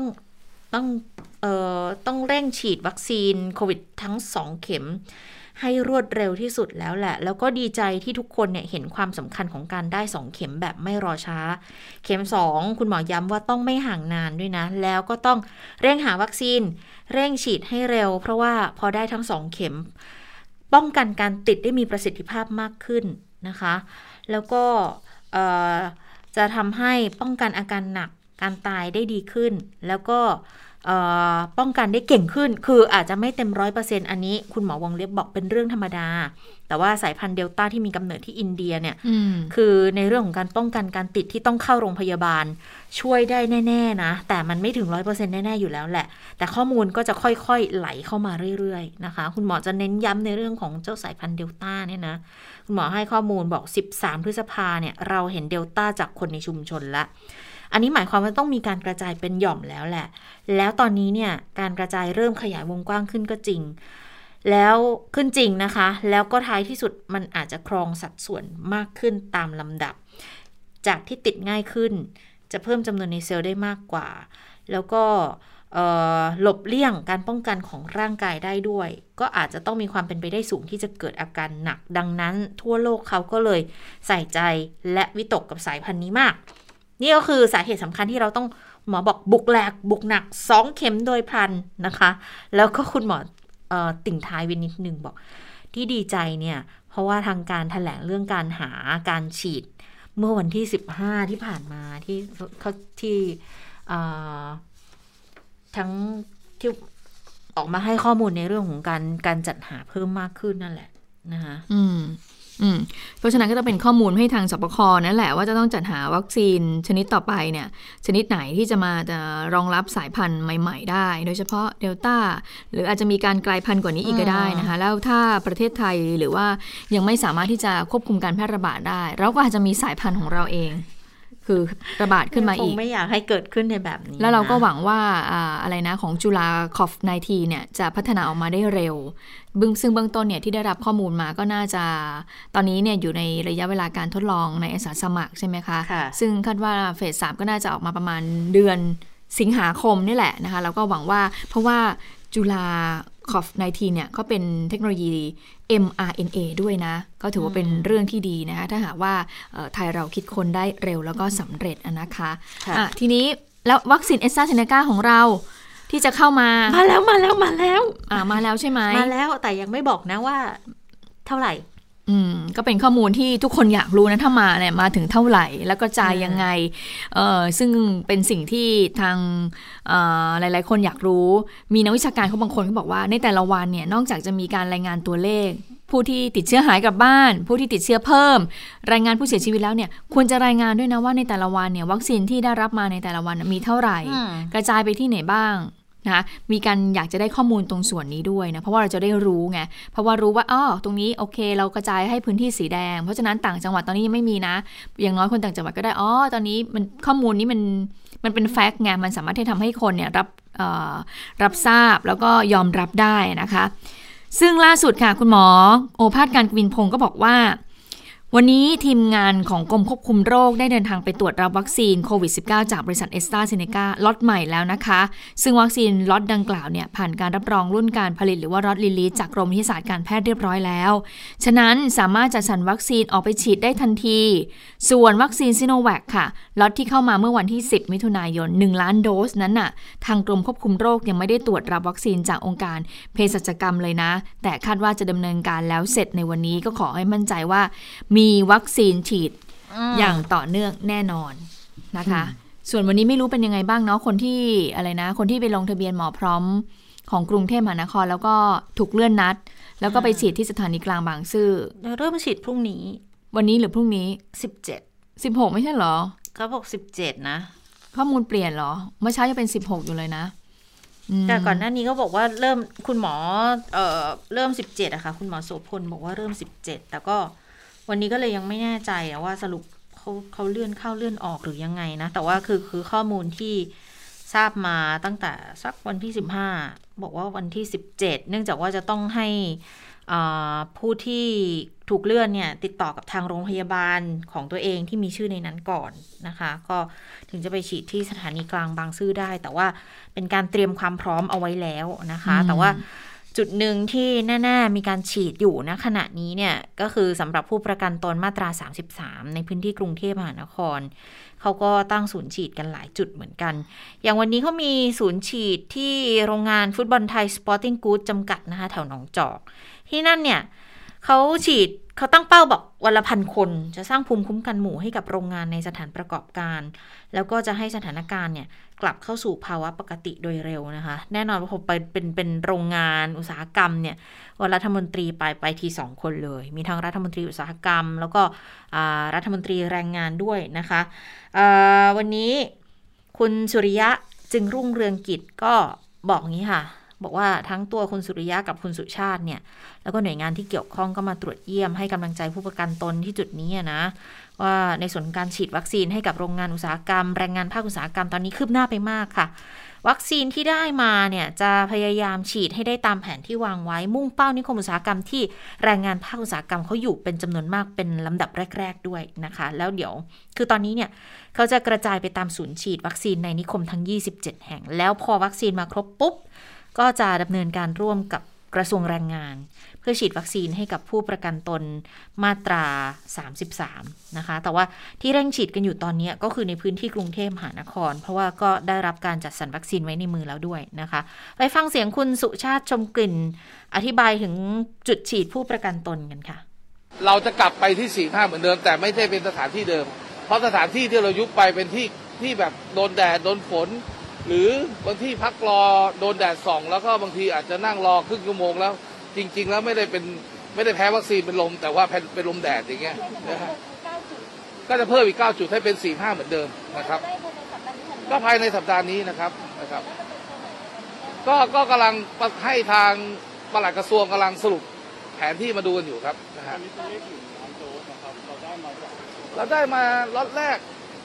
[SPEAKER 2] ต้องเร่งฉีดวัคซีนโควิดทั้ง2 เข็มให้รวดเร็วที่สุดแล้วแหละแล้วก็ดีใจที่ทุกคนเนี่ยเห็นความสำคัญของการได้2 เข็มแบบไม่รอช้าเข็ม2คุณหมอย้ำว่าต้องไม่ห่างนานด้วยนะแล้วก็ต้องเร่งหาวัคซีนเร่งฉีดให้เร็วเพราะว่าพอได้ทั้ง2 เข็มป้องกันการติดได้มีประสิทธิภาพมากขึ้นนะคะแล้วก็จะทำให้ป้องกันอาการหนักการตายได้ดีขึ้นแล้วก็ป้องกันได้เก่งขึ้นคืออาจจะไม่เต็ม 100% อันนี้คุณหมอวงเล็บบอกเป็นเรื่องธรรมดาแต่ว่าสายพันธุ์เดลต้าที่มีกำเนิดที่อินเดียเนี่ยคือในเรื่องของการป้องกันการติดที่ต้องเข้าโรงพยาบาลช่วยได้แน่ๆนะแต่มันไม่ถึง 100% แน่ๆอยู่แล้วแหละแต่ข้อมูลก็จะค่อยๆไหลเข้ามาเรื่อยๆนะคะคุณหมอจะเน้นย้ำในเรื่องของเจ้าสายพันธุ์เดลต้าเนี่ยนะคุณหมอให้ข้อมูลบอก13 พฤษภาเนี่ยเราเห็นเดลต้าจากคนในชุมชนละอันนี้หมายความว่าต้องมีการกระจายเป็นหย่อมแล้วแหละแล้วตอนนี้เนี่ยการกระจายเริ่มขยายวงกว้างขึ้นก็จริงแล้วขึ้นจริงนะคะแล้วก็ท้ายที่สุดมันอาจจะครองสัดส่วนมากขึ้นตามลำดับจากที่ติดง่ายขึ้นจะเพิ่มจำนวนในเซลล์ได้มากกว่าแล้วก็หลบเลี่ยงการป้องกันของร่างกายได้ด้วยก็อาจจะต้องมีความเป็นไปได้สูงที่จะเกิดอาการหนักดังนั้นทั่วโลกเขาก็เลยใส่ใจและวิตกกับสายพันธุ์นี้มากนี่ก็คือสาเหตุสำคัญที่เราต้องหมอบอกบุกหนัก2 เข็มโดยพลันนะคะแล้วก็คุณหมอติ่งท้ายไว้นิดนึงบอกที่ดีใจเนี่ยเพราะว่าทางการแถลงเรื่องการหาการฉีดเมื่อวันที่15ที่ผ่านมาที่เขาที่ทั้งที่ออกมาให้ข้อมูลในเรื่องของการจัดหาเพิ่มมากขึ้นนั่นแหละนะคะ
[SPEAKER 3] เพราะฉะนั้นก็ต้องเป็นข้อมูลให้ทางสปค.นั่นแหละว่าจะต้องจัดหาวัคซีนชนิดต่อไปเนี่ยชนิดไหนที่จะมารองรับสายพันธุ์ใหม่ๆได้โดยเฉพาะเดลต้าหรืออาจจะมีการกลายพันธุ์กว่านี้อีกก็ได้นะคะแล้วถ้าประเทศไทยหรือว่ายังไม่สามารถที่จะควบคุมการแพร่ระบาดได้เราก็อาจจะมีสายพันธุ์ของเราเองคือระบาดขึ้นมาอีก
[SPEAKER 2] ไม่อยากให้เกิดขึ้นในแบบนี้
[SPEAKER 3] แล้วเราก็หวังว่าอะไรนะของจุฬาคอฟ-19เนี่ยจะพัฒนาออกมาได้เร็วซึ่งเบื้องต้นเนี่ยที่ได้รับข้อมูลมาก็น่าจะตอนนี้เนี่ยอยู่ในระยะเวลาการทดลองในอาสาสมัครใช่ไหมคะซึ่งคาดว่าเฟส 3ก็น่าจะออกมาประมาณเดือนสิงหาคมนี่แหละนะคะแล้วก็หวังว่าเพราะว่าจุฬาคอฟ-19เนี่ยก็เป็นเทคโนโลยี mRNA ด้วยนะก็ถือว่าเป็นเรื่องที่ดีนะคะถ้าหากว่าไทยเราคิดค้นได้เร็วแล้วก็สำเร็จนะคะทีนี้แล้ววัคซีนแอสตราเซเนกาของเราที่จะเข้ามา
[SPEAKER 2] แล้วมาแล้ว
[SPEAKER 3] มาแล้วใช่ไหม
[SPEAKER 2] มาแล้วแต่ยังไม่บอกนะว่าเท่าไหร่
[SPEAKER 3] ก็เป็นข้อมูลที่ทุกคนอยากรู้นะถ้ามาเนี่ยมาถึงเท่าไหร่แล้วก็จ่ายยังไงซึ่งเป็นสิ่งที่ทางหลายๆคนอยากรู้มีนักวิชาการเขาบางคนเขาบอกว่าในแต่ละวันเนี่ยนอกจากจะมีการรายงานตัวเลขผู้ที่ติดเชื้อหายกลับบ้านผู้ที่ติดเชื้อเพิ่มรายงานผู้เสียชีวิตแล้วเนี่ยควรจะรายงานด้วยนะว่าในแต่ละวันเนี่ยวัคซีนที่ได้รับมาในแต่ละวันมีเท่าไหร่กระจายไปที่ไหนบ้างนะมีการอยากจะได้ข้อมูลตรงส่วนนี้ด้วยนะเพราะว่าเราจะได้รู้ไงเพราะว่ารู้ว่าตรงนี้โอเคเรากระจายให้พื้นที่สีแดงเพราะฉะนั้นต่างจังหวัดตอนนี้ยังไม่มีนะอย่างน้อยคนต่างจังหวัดก็ได้ตอนนี้มันข้อมูลนี้มันเป็นแฟกต์ไงมันสามารถที่ทำให้คนเนี่ยรับทราบแล้วก็ยอมรับได้นะคะซึ่งล่าสุดค่ะคุณหมอโอภาส การกวินพงศ์ก็บอกว่าวันนี้ทีมงานของกรมควบคุมโรคได้เดินทางไปตรวจรับวัคซีนโควิด -19 จากบริษัทแอสตราเซเนกาล็อตใหม่แล้วนะคะซึ่งวัคซีนล็อตดังกล่าวเนี่ยผ่านการรับรองรุ่นการผลิตหรือว่าล็อตรีลีสจากกรมวิทยาศาสตร์การแพทย์เรียบร้อยแล้วฉะนั้นสามารถจัดสรรวัคซีนออกไปฉีดได้ทันทีส่วนวัคซีนซิโนแวคค่ะล็อตที่เข้ามาเมื่อวันที่10มิถุนายน1ล้านโดสนั้นน่ะทางกรมควบคุมโรคยังไม่ได้ตรวจรับวัคซีนจากองค์การเภสัชกรรมเลยนะแต่คาดว่าจะดำเนินการแล้วเสร็จในวันนี้ก็ขอให้มั่นใจว่ามีวัคซีนฉีดอย่างต่อเนื่องแน่นอนนะคะส่วนวันนี้ไม่รู้เป็นยังไงบ้างเนาะคนที่อะไรนะคนที่ไปลงทะเบียนหมอพร้อมของกรุงเทพมหานครแล้วก็ถูกเลื่อนนัดแล้วก็ไปฉีดที่สถานีกลางบางซื่อ
[SPEAKER 2] เริ่มฉีดพรุ่งนี้
[SPEAKER 3] วันนี้หรือพรุ่งนี้16ไม่ใช่เหรอ
[SPEAKER 2] เขาบอก17นะ
[SPEAKER 3] ข้อมูลเปลี่ยนเหรอเมื่อเช้ายังเป็น16อยู่เลยนะ
[SPEAKER 2] แต่ก่อนหน้านี้ก็บอกว่าเริ่มคุณหมอเริ่ม17อะค่ะคุณหมอโสพลบอกว่าเริ่ม17แต่ก็วันนี้ก็เลยยังไม่แน่ใจว่าสรุปเขาเลื่อนเข้าเลื่อนออกหรือยังไงนะแต่ว่าคือข้อมูลที่ทราบมาตั้งแต่สักวันที่15บอกว่าวันที่17เนื่องจากว่าจะต้องให้ผู้ที่ถูกเลื่อนเนี่ยติดต่อกับทางโรงพยาบาลของตัวเองที่มีชื่อในนั้นก่อนนะคะก็ถึงจะไปฉีดที่สถานีกลางบางซื่อได้แต่ว่าเป็นการเตรียมความพร้อมเอาไว้แล้วนะคะแต่ว่าจุดหนึ่งที่แน่ๆมีการฉีดอยู่ณขณะนี้เนี่ยก็คือสำหรับผู้ประกันตนมาตรา33ในพื้นที่กรุงเทพมหานครเขาก็ตั้งศูนย์ฉีดกันหลายจุดเหมือนกันอย่างวันนี้เขามีศูนย์ฉีดที่โรงงานฟุตบอลไทยสปอร์ติ้งกู๊ดจำกัดนะคะแถวหนองจอกที่นั่นเนี่ยเขาตั้งเป้าบอกวันละ1,000 คนจะสร้างภูมิคุ้มกันหมู่ให้กับโรงงานในสถานประกอบการแล้วก็จะให้สถานการณ์เนี่ยกลับเข้าสู่ภาวะปกติโดยเร็วนะคะแน่นอนว่าพอไปเป็นโรงงานอุตสาหกรรมเนี่ยวันรัฐมนตรีไปที2 คนเลยมีทั้งรัฐมนตรีอุตสาหกรรมแล้วก็รัฐมนตรีแรงงานด้วยนะคะวันนี้คุณสุริยะจึงรุ่งเรืองกิจก็บอกงี้ค่ะบอกว่าทั้งตัวคุณสุริยะกับคุณสุชาติเนี่ยแล้วก็หน่วยงานที่เกี่ยวข้องก็มาตรวจเยี่ยมให้กำลังใจผู้ประกันตนที่จุดนี้นะว่าในส่วนการฉีดวัคซีนให้กับโรงงานอุตสาหกรรมแรงงานภาคอุตสาหกรรมตอนนี้คืบหน้าไปมากค่ะวัคซีนที่ได้มาเนี่ยจะพยายามฉีดให้ได้ตามแผนที่วางไว้มุ่งเป้านิคมอุตสาหกรรมที่แรงงานภาคอุตสาหกรรมเขาอยู่เป็นจำนวนมากเป็นลำดับแรกๆด้วยนะคะแล้วเดี๋ยวคือตอนนี้เนี่ยเขาจะกระจายไปตามศูนย์ฉีดวัคซีนในนิคมทั้ง27 แห่งแล้วพอวัคซีนมาครบปุ๊บก็จะดำเนินการร่วมกับกระทรวงแรงงานเพื่อฉีดวัคซีนให้กับผู้ประกันตนมาตรา33นะคะแต่ว่าที่เร่งฉีดกันอยู่ตอนนี้ก็คือในพื้นที่กรุงเทพมหานครเพราะว่าก็ได้รับการจัดสรรวัคซีนไว้ในมือแล้วด้วยนะคะไปฟังเสียงคุณสุชาติชมกลิ่นอธิบายถึงจุดฉีดผู้ประกันตนกันค่ะ
[SPEAKER 4] เราจะกลับไปที่4-5เหมือนเดิมแต่ไม่ใช่เป็นสถานที่เดิมเพราะสถานที่ที่เรายุบไปเป็นที่แบบโดนแดดโดนฝนหรือบางที่พักรอโดนแดดส่องแล้วก็บางทีอาจจะนั่งรอครึ่งชั่วโมงแล้วจริงๆแล้วไม่ได้แพ้วัคซีนเป็นลมแต่ว่าเป็นลมแดดอย่างเงี้ยนะครับก็จะเพิ่มอีก9จุดให้เป็น45เหมือนเดิมนะครับก็ภายในสัปดาห์นี้นะครับก็กำลังให้ทางปลัดกระทรวงกำลังสรุปแผนที่มาดูกันอยู่ครับนะฮะเราได้มาล็อตแรก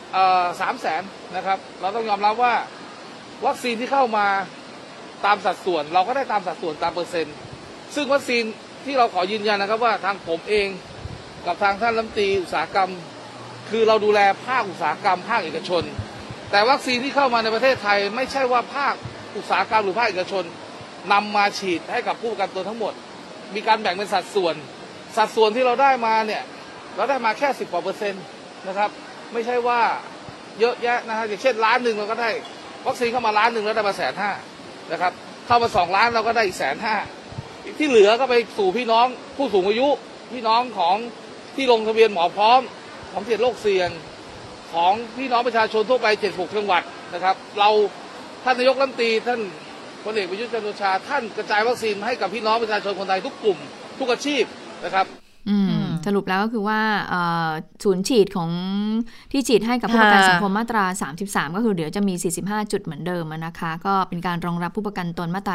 [SPEAKER 4] 300,000นะครับเราต้องยอมรับว่าวัคซีนที่เข้ามาตามสัดส่วนเราก็ได้ตามสัดส่วนตามเปอร์เซ็นต์ซึ่งวัคซีนที่เราขอยืนยันนะครับว่าทางผมเองกับทางท่านรัฐมนตรีอุตสาหกรรมคือเราดูแลภาคอุตสาหกรรมภาคเอกชนแต่วัคซีนที่เข้ามาในประเทศไทยไม่ใช่ว่าภาคอุตสาหกรรมหรือภาคเอกชนนำมาฉีดให้กับผู้ประกันตนทั้งหมดมีการแบ่งเป็นสัดส่วนที่เราได้มาเนี่ยเราได้มาแค่10 กว่า%นะครับไม่ใช่ว่าเยอะแยะนะฮะอย่างเช่น1,000,000เราก็ได้วัคซีนเข้ามา1,000,000แล้วได้มา150,000นะครับเข้ามา2 ล้านเราก็ได้อีก150,000ที่เหลือก็ไปสู่พี่น้องผู้สูงอายุพี่น้องของที่ลงทะเบียนหมอพร้อมของ7โรคเสี่ยงของพี่น้องประชาชนทั่วไป76จังหวัดนะครับเราท่านนายกรัฐมนตรีท่านพลเอกประยุทธ์จันทร์โอชาท่านกระจายวัคซีนให้กับพี่น้องประชาชนคนไทยทุกกลุ่มทุกอาชีพนะครับ
[SPEAKER 3] สรุปแล้วก็คือว่าศูนย์ฉีดของที่ฉีดให้กับผู้ประกันสังคมมาตรา33ก็คือเดี๋ยวจะมี45จุดเหมือนเดิมนะคะก็เป็นการรองรับผู้ประกันตนมาตรา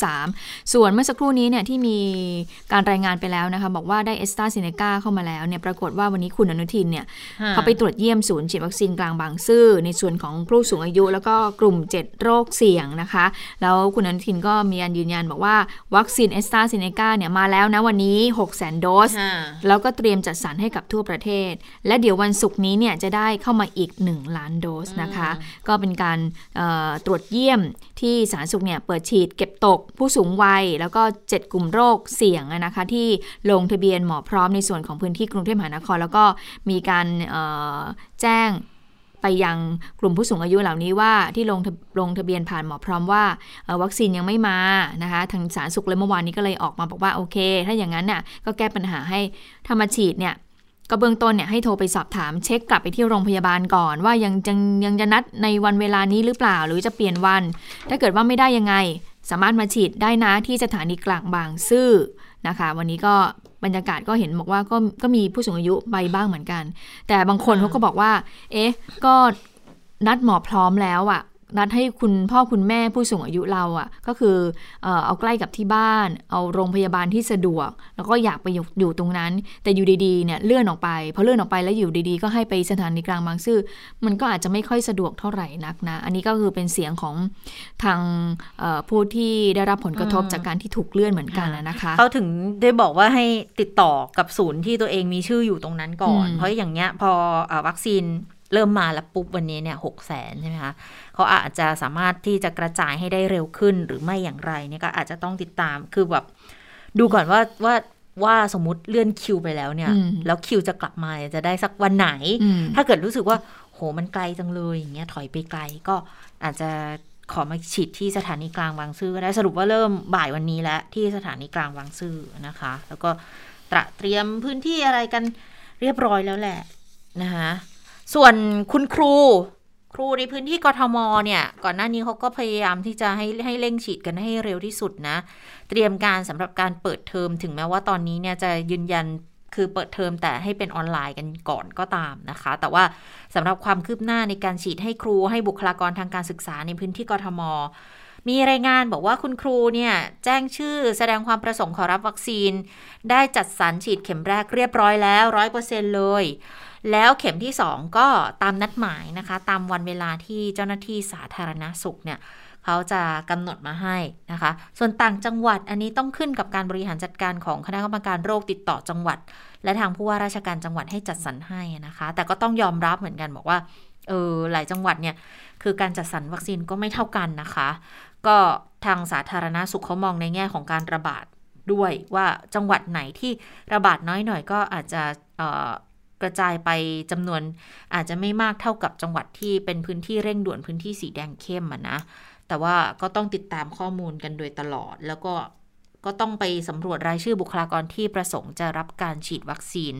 [SPEAKER 3] 33ส่วนเมื่อสักครู่นี้เนี่ยที่มีการรายงานไปแล้วนะคะบอกว่าได้เอสตราเซเนกาเข้ามาแล้วเนี่ยปรากฏว่าวันนี้คุณอนุทินเนี่ยเขาไปตรวจเยี่ยมศูนย์ฉีดวัคซีนกลางบางซื่อในส่วนของผู้สูงอายุแล้วก็กลุ่ม7โรคเสี่ยงนะคะแล้วคุณอนุทินก็มีการยืนยันบอกว่าวัคซีนเอสตราเซเนกาเนี่ยมาแล้วนะวันนี้ 600,000 โดสแล้วก็เตรียมจัดสรรให้กับทั่วประเทศและเดี๋ยววันศุกร์นี้เนี่ยจะได้เข้ามาอีก1 ล้านโดสนะคะก็เป็นการตรวจเยี่ยมที่สาธารณสุขเนี่ยเปิดฉีดเก็บตกผู้สูงวัยแล้วก็7กลุ่มโรคเสี่ยงนะคะที่ลงทะเบียนหมอพร้อมในส่วนของพื้นที่กรุงเทพมหานครแล้วก็มีการแจ้งไปยังกลุ่มผู้สูงอายุเหล่านี้ว่าที่ลงทะเบียนผ่านหมอพร้อมว่าวัคซีนยังไม่มานะคะทางสาธารณสุขเลยเมื่อวานนี้ก็เลยออกมาบอกว่าโอเคถ้าอย่างนั้นน่ะก็แก้ปัญหาให้ถ้ามาฉีดเนี่ยก็เบื้องต้นเนี่ยให้โทรไปสอบถามเช็คกลับไปที่โรงพยาบาลก่อนว่ายังจะนัดในวันเวลานี้หรือเปล่าหรือจะเปลี่ยนวันถ้าเกิดว่าไม่ได้ยังไงสามารถมาฉีดได้นะที่สถานีกลางบางซื่อนะคะวันนี้ก็บรรยากาศก็เห็นบอกว่าก็มีผู้สูงอายุไปบ้างเหมือนกันแต่บางคนเขาก็บอกว่าก็นัดหมอพร้อมแล้วอ่ะนัดให้คุณพ่อคุณแม่ผู้สูงอายุเราอ่ะก็คือเอาใกล้กับที่บ้านเอาโรงพยาบาลที่สะดวกแล้วก็อยากไปอยู่ตรงนั้นแต่อยู่ดีๆเนี่ยเลื่อนออกไปพอเลื่อนออกไปแล้วอยู่ดีๆก็ให้ไปสถานีกลางบางซื่อมันก็อาจจะไม่ค่อยสะดวกเท่าไหร่นักนะอันนี้ก็คือเป็นเสียงของทางผู้ที่ได้รับผลกระทบจากการที่ถูกเลื่อนเหมือนกันนะคะ
[SPEAKER 2] เขาถึงได้บอกว่าให้ติดต่อกับศูนย์ที่ตัวเองมีชื่ออยู่ตรงนั้นก่อนเพราะอย่างเงี้ยพอวัคซีนเริ่มมาแล้วปุ๊บวันนี้เนี่ย600,000ใช่ไหมคะเขาอาจจะสามารถที่จะกระจายให้ได้เร็วขึ้นหรือไม่อย่างไรเนี่ยก็อาจจะต้องติดตามคือแบบดูก่อนว่าสมมุติเลื่อนคิวไปแล้วเนี่ยแล้วคิวจะกลับมาจะได้สักวันไหนถ้าเกิดรู้สึกว่าโหมันไกลจังเลยอย่างเงี้ยถอยไปไกลก็อาจจะขอมาฉีดที่สถานีกลางบางซื่อก็ได้สรุปว่าเริ่มบ่ายวันนี้แล้วที่สถานีกลางบางซื่อนะคะแล้วก็เตรียมพื้นที่อะไรกันเรียบร้อยแล้วแหละนะคะส่วนคุณครูในพื้นที่กทมเนี่ยก่อนหน้านี้เขาก็พยายามที่จะให้เร่งฉีดกันให้เร็วที่สุดนะเตรียมการสำหรับการเปิดเทอมถึงแม้ว่าตอนนี้เนี่ยจะยืนยันคือเปิดเทอมแต่ให้เป็นออนไลน์กันก่อนก็ตามนะคะแต่ว่าสำหรับความคืบหน้าในการฉีดให้ครูให้บุคลากรทางการศึกษาในพื้นที่กทมมีรายงานบอกว่าคุณครูเนี่ยแจ้งชื่อแสดงความประสงค์ขอรับวัคซีนได้จัดสรรฉีดเข็มแรกเรียบร้อยแล้ว 100% เลยแล้วเข็มที่2ก็ตามนัดหมายนะคะตามวันเวลาที่เจ้าหน้าที่สาธารณสุขเนี่ยเขาจะกำหนดมาให้นะคะส่วนต่างจังหวัดอันนี้ต้องขึ้นกับการบริหารจัดการของคณะกรรมการโรคติดต่อจังหวัดและทางผู้ว่าราชการจังหวัดให้จัดสรรให้นะคะแต่ก็ต้องยอมรับเหมือนกันบอกว่าหลายจังหวัดเนี่ยคือการจัดสรรวัคซีนก็ไม่เท่ากันนะคะก็ทางสาธารณสุขเขามองในแง่ของการระบาดด้วยว่าจังหวัดไหนที่ระบาดน้อยหน่อยก็อาจจะกระจายไปจำนวนอาจจะไม่มากเท่ากับจังหวัดที่เป็นพื้นที่เร่งด่วนพื้นที่สีแดงเข้มนะแต่ว่าก็ต้องติดตามข้อมูลกันโดยตลอดแล้วก็ต้องไปสำรวจรายชื่อบุคลากรที่ประสงค์จะรับการฉีดวัคซีน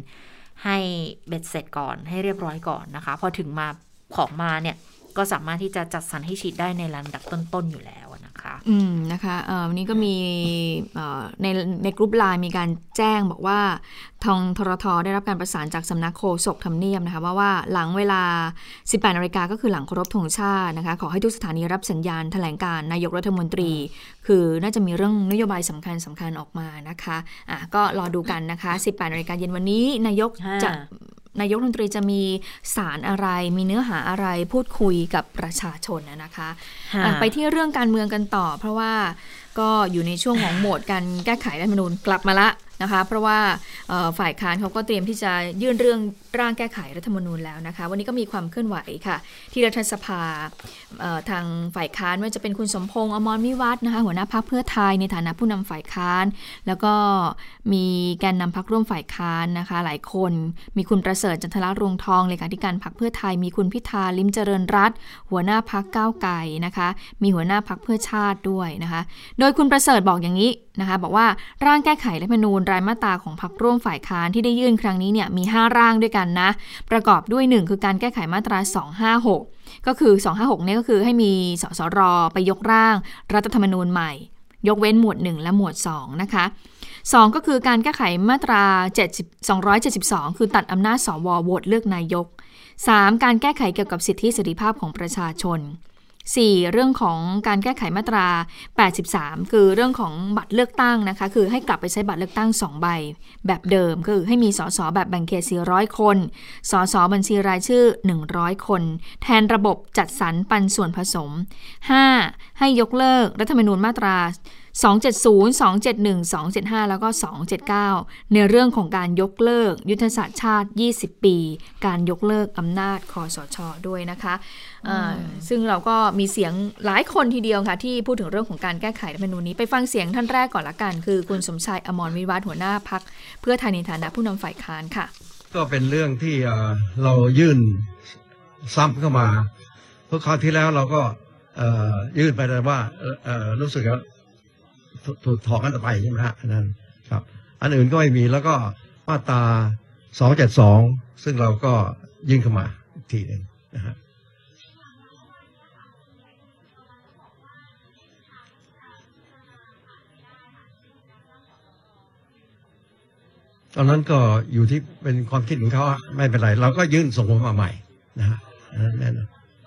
[SPEAKER 2] ให้เบ็ดเสร็จก่อนให้เรียบร้อยก่อนนะคะพอถึงมาของมาเนี่ยก็สามารถที่จะจัดสรรให้ฉีดได้ในลำดับต้นๆอยู่แล้วนะคะ
[SPEAKER 3] นะคะวันนี้ก็มีในกลุ่มไลน์มีการแจ้งบอกว่าทางทรท.ได้รับการประสานจากสำนักโฆษกทำเนียบนะคะว่าหลังเวลา 18 นาฬิกาก็คือหลังเคารพธงชาตินะคะขอให้ทุกสถานีรับสัญญาณแถลงการนายกรัฐมนตรีคือน่าจะมีเรื่องนโยบายสำคัญออกมานะคะก็รอดูกันนะคะ 18 นาฬิกาเย็นวันนี้นายกรัฐมนตรีจะมีสารอะไรมีเนื้อหาอะไรพูดคุยกับประชาชนนะคะไปที่เรื่องการเมืองกันต่อเพราะว่าก็อยู่ในช่วงของโหมดการแก้ไขรัฐธรรมนูญกลับมาละนะคะเพราะว่าฝ่ายค้านเขาก็เตรียมที่จะยื่นเรื่องร่างแก้ไขรัฐธรรมนูญแล้วนะคะวันนี้ก็มีความเคลื่อนไหวค่ะที่รัฐสภาทางฝ่ายค้านว่าจะเป็นคุณสมพงษ์อมรวิวัฒน์นะคะหัวหน้าพรรคเพื่อไทยในฐานะผู้นำฝ่ายค้านแล้วก็มีแกนนำพรรคร่วมฝ่ายค้านนะคะหลายคนมีคุณประเสริฐจันทรรวงศ์ทองเลขาธิการพรรคเพื่อไทยมีคุณพิธาลิ้มเจริญรัตน์หัวหน้าพรรคก้าวไกลนะคะมีหัวหน้าพรรคเพื่อชาติด้วยนะคะโดยคุณประเสริฐบอกอย่างนี้นะคะบอกว่าร่างแก้ไขรัฐธรรมนูญรายมาตราของพรรคร่วมฝ่ายค้านที่ได้ยื่นครั้งนี้เนี่ยมี5ร่างด้วยกันนะประกอบด้วย1คือการแก้ไขมาตรา256ก็คือ256เนี่ยก็คือให้มีสสรไปยกร่างรัฐธรรมนูญใหม่ยกเว้นหมวด1และหมวด2นะคะ2ก็คือการแก้ไขมาตรา272คือตัดอำนาจสวโหวตเลือกนายก3การแก้ไขเกี่ยวกับสิทธิเสรีภาพของประชาชน4เรื่องของการแก้ไขมาตรา83คือเรื่องของบัตรเลือกตั้งนะคะคือให้กลับไปใช้บัตรเลือกตั้ง2ใบแบบเดิมคือให้มีสสแบบแบ่งเขต400คนสสบัญชีรายชื่อ100คนแทนระบบจัดสรรปันส่วนผสม5ให้ยกเลิกรัฐธรรมนูญมาตรา270 271 275แล้วก็279ในเรื่องของการยกเลิกยุทธศาสตร์ชาติ20ปีการยกเลิกอำนาจคสช.ด้วยนะคะซึ่งเราก็มีเสียงหลายคนทีเดียวค่ะที่พูดถึงเรื่องของการแก้ไขรัฐธรรมนูญนี้ไปฟังเสียงท่านแรกก่อนละกันคือคุณสมชายอมรวิวัฒน์หัวหน้าพรรคเพื่อไทยในฐานะผู้นำฝ่ายค้านค่ะ
[SPEAKER 5] ก็เป็นเรื่องที่เรายื่นซ้ำเข้ามาเพราะคราวที่แล้วเราก็ยื่นไปแต่ว่ารู้สึกว่าถูกถอนกันไปใช่ไหมฮะนั่นครับอันอื่นก็ไม่มีแล้วก็มาตรา272ซึ่งเราก็ยื่นเข้ามาอีกทีนึงนะฮะตอนนั้นก็อยู่ที่เป็นความคิดของเขาไม่เป็นไรเราก็ยื่นส่งมาใหม่นะฮะแน่นอน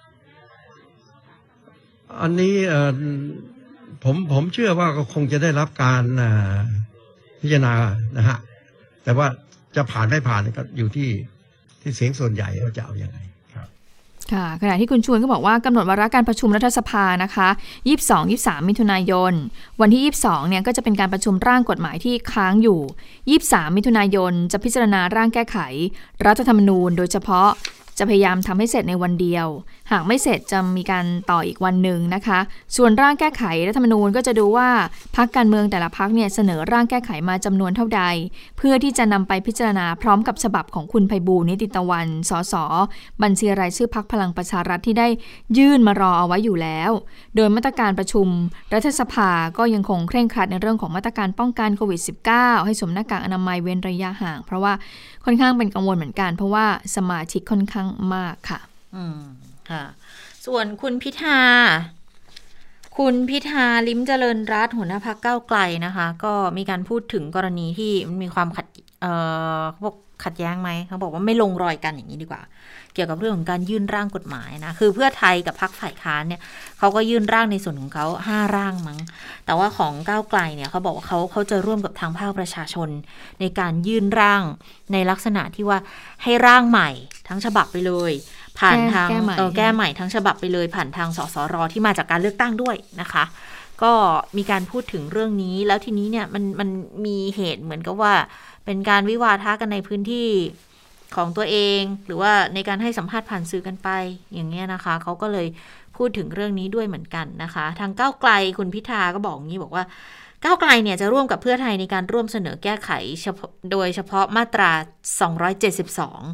[SPEAKER 5] อันนี้ผมเชื่อว่าก็คงจะได้รับการพิจารณานะฮะแต่ว่าจะผ่านไม่ผ่านก็อยู่ที่เสียงส่วนใหญ่ว่าจะเอาอย่างไรครับ
[SPEAKER 3] ค่ะขณะที่คุณชวนก็บอกว่ากำหนดวาระการประชุมรัฐสภานะคะ22-23 มิถุนายนวันที่22เนี่ยก็จะเป็นการประชุมร่างกฎหมายที่ค้างอยู่23มิถุนายนจะพิจารณาร่างแก้ไขรัฐธรรมนูญโดยเฉพาะจะพยายามทำให้เสร็จในวันเดียวหากไม่เสร็จจะมีการต่ออีกวันหนึ่งนะคะส่วนร่างแก้ไขรัฐธรรมนูญก็จะดูว่าพรรคการเมืองแต่ละพรรคเนี่ยเสนอร่างแก้ไขมาจำนวนเท่าใดเพื่อที่จะนำไปพิจารณาพร้อมกับฉบับของคุณไพบูลย์นิติตะวันสสบัญชีรายชื่อพรรคพลังประชารัฐที่ได้ยื่นมารอเอาไว้อยู่แล้วโดยมาตรการประชุมรัฐสภาก็ยังคงเคร่งครัดในเรื่องของมาตรการป้องกันโควิด -19 ให้สวมหน้ากากอนามัยเว้นระยะห่างเพราะว่าค่อนข้างเป็นกังวลเหมือนกันเพราะว่าสมาชิกค่อนข้างมากค่ะ
[SPEAKER 2] ค่ะส่วนคุณพิธาลิ้มเจริญรัตน์หัวหน้าพรรคก้าวไกลนะคะก็มีการพูดถึงกรณีที่มันมีความเขาบอกขัดแย้งไหมเขาบอกว่าไม่ลงรอยกันอย่างนี้ดีกว่าเกี่ยวกับเรื่องของการยื่นร่างกฎหมายนะคือเพื่อไทยกับพรรคฝ่ายค้านเนี่ยเขาก็ยื่นร่างในส่วนของเขา5ร่างมั้งแต่ว่าของก้าวไกลเนี่ยเขาบอกว่าเขาจะร่วมกับทางภาคประชาชนในการยื่นร่างในลักษณะที่ว่าให้ร่างใหม่ทั้งฉบับไปเลยผ่านทางแก้ใหม่ทั้งฉบับไปเลยผ่านทางสสรที่มาจากการเลือกตั้งด้วยนะคะก็มีการพูดถึงเรื่องนี้แล้วทีนี้เนี่ยมันมีเหตุเหมือนกับว่าเป็นการวิวาทะกันในพื้นที่ของตัวเองหรือว่าในการให้สัมภาษณ์ผ่านสื่อกันไปอย่างเงี้ยนะคะเขาก็เลยพูดถึงเรื่องนี้ด้วยเหมือนกันนะคะทางก้าวไกลคุณพิธาก็บอกงี้บอกว่าก้าวไกลเนี่ยจะร่วมกับเพื่อไทยในการร่วมเสนอแก้ไขโดยเฉพาะมาตรา272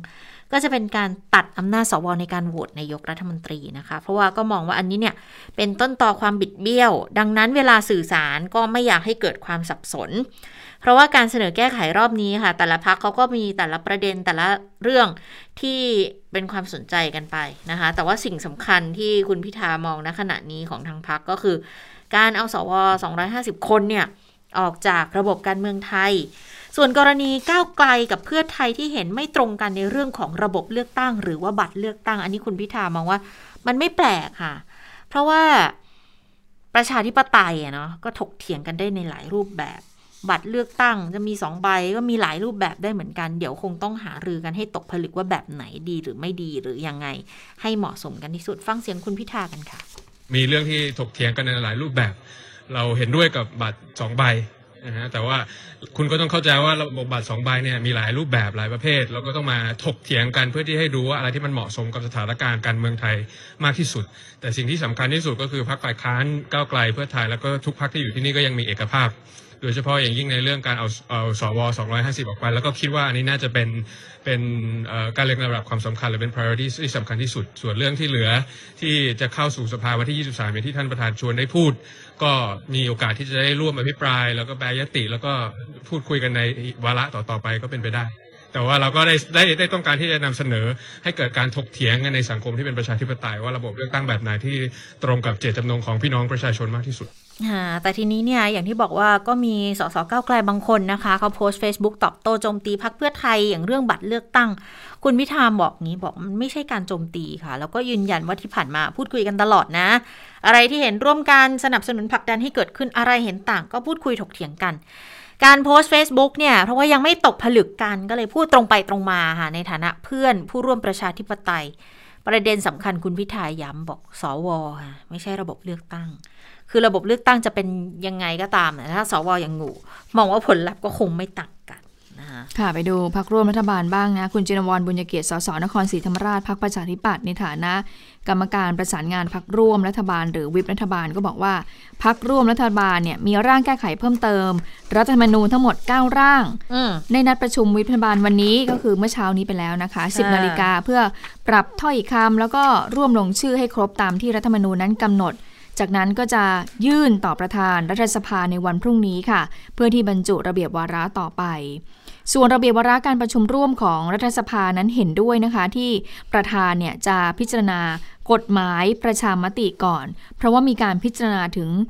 [SPEAKER 2] ก็จะเป็นการตัดอำนาจสวในการโหวตนายกรัฐมนตรีนะคะเพราะว่าก็มองว่าอันนี้เนี่ยเป็นต้นตอความบิดเบี้ยวดังนั้นเวลาสื่อสารก็ไม่อยากให้เกิดความสับสนเพราะว่าการเสนอแก้ไขรอบนี้ค่ะแต่ละพรรคเขาก็มีแต่ละประเด็นแต่ละเรื่องที่เป็นความสนใจกันไปนะคะแต่ว่าสิ่งสำคัญที่คุณพิธามองณขณะนี้ของทางพรรคก็คือการเอาสว250คนเนี่ยออกจากระบบการเมืองไทยส่วนกรณีก้าวไกลกับเพื่อไทยที่เห็นไม่ตรงกันในเรื่องของระบบเลือกตั้งหรือว่าบัตรเลือกตั้งอันนี้คุณพิธามองว่ามันไม่แปลกค่ะเพราะว่าประชาธิปไตยเนาะก็ถกเถียงกันได้ในหลายรูปแบบบัตรเลือกตั้งจะมี2ใบก็มีหลายรูปแบบได้เหมือนกันเดี๋ยวคงต้องหารือกันให้ตกผลึกว่าแบบไหนดีหรือไม่ดีหรือยังไงให้เหมาะสมกันที่สุดฟังเสียงคุณพิธากันค่ะ
[SPEAKER 6] มีเรื่องที่ถกเถียงกันในหลายรูปแบบเราเห็นด้วยกับบัตร2ใบนะฮะแต่ว่าคุณก็ต้องเข้าใจว่าระบบบัตร2ใบเนี่ยมีหลายรูปแบบหลายประเภทเราก็ต้องมาถกเถียงกันเพื่อที่ให้ดูว่าอะไรที่มันเหมาะสมกับสถานการณ์การเมืองไทยมากที่สุดแต่สิ่งที่สำคัญที่สุดก็คือพรรคฝ่ายค้านก้าวไกลเพื่อไทยแล้วก็ทุกพรรคที่อยู่ที่นี่ก็ยังมีเอกภาพโดยเฉพาะอย่างยิ่งในเรื่องการเอาสว250ออกไปแล้วก็คิดว่าอันนี้น่าจะเป็นการเรียงลำดับความสำคัญหรือเป็น priority ที่สำคัญที่สุดส่วนเรื่องที่เหลือที่จะเข้าสู่สภาวันที่23อย่างที่ท่านประธานชวนได้พูดก็มีโอกาสที่จะได้ร่วมอภิปรายแล้วก็แปรยติแล้วก็พูดคุยกันในวาระต่อไปก็เป็นไปได้แต่ว่าเราก็ได้ต้องการที่จะนำเสนอให้เกิดการถกเถียงกันในสังคมที่เป็นประชาธิปไตยว่าระบบเลือกตั้งแบบไหนที่ตรงกับเจตจำนงของพี่น้องประชาชนมากที่สุด
[SPEAKER 2] แต่ทีนี้เนี่ยอย่างที่บอกว่าก็มีสสก้าวไกลบางคนนะคะเขาโพสต์ Facebook ตอบโต้โจมตีพรรคเพื่อไทยอย่างเรื่องบัตรเลือกตั้งคุณพิธาบอกงี้บอกมันไม่ใช่การโจมตีค่ะแล้วก็ยืนยันว่าที่ผ่านมาพูดคุยกันตลอดนะอะไรที่เห็นร่วมกันสนับสนุนผลักดันให้เกิดขึ้นอะไรเห็นต่างก็พูดคุยถกเถียงกันการโพสต์ Facebook เนี่ยเพราะว่ายังไม่ตกผลึกกันก็เลยพูดตรงไปตรงมาค่ะในฐานะเพื่อนผู้ร่วมประชาธิปไตยประเด็นสำคัญคุณพิธาย้ำบอกสวค่ะไม่ใช่ระบบเลือกตั้งคือระบบเลือกตั้งจะเป็นยังไงก็ตามนะถ้าสวยังงูมองว่าผลลัพธ์ก็คงไม่ต่างกันนะคะ
[SPEAKER 3] ค่ะไปดูพรรคร่วมรัฐบาลบ้างนะคุณจินวรบุญเกียรติสสนครศรีธรรมราชพรรคประชาธิปัตย์ในฐานะกรรมการประสานงานพรรคร่วมรัฐบาลหรือวิปรัฐบาลก็บอกว่าพรรคร่วมรัฐบาลเนี่ยมีร่างแก้ไขเพิ่มเติมรัฐธรรมนูญทั้งหมด9ร่างในนัดประชุมวิปรัฐบาลวันนี้ก็คือเมื่อเช้านี้ไปแล้วนะคะ 10 นาฬิกาเพื่อปรับถ้อยคำแล้วก็ร่วมลงชื่อให้ครบตามที่รัฐธรรมนูญนั้นกำหนดจากนั้นก็จะยื่นต่อประธานรัฐสภาในวันพรุ่งนี้ค่ะเพื่อที่บรรจุระเบียบวาระต่อไปส่วนระเบียบวาระการประชุมร่วมของรัฐสภานั้นเห็นด้วยนะคะที่ประธานเนี่ยจะพิจารณากฎหมายประชามติก่อนเพราะว่ามีการพิจารณาถึง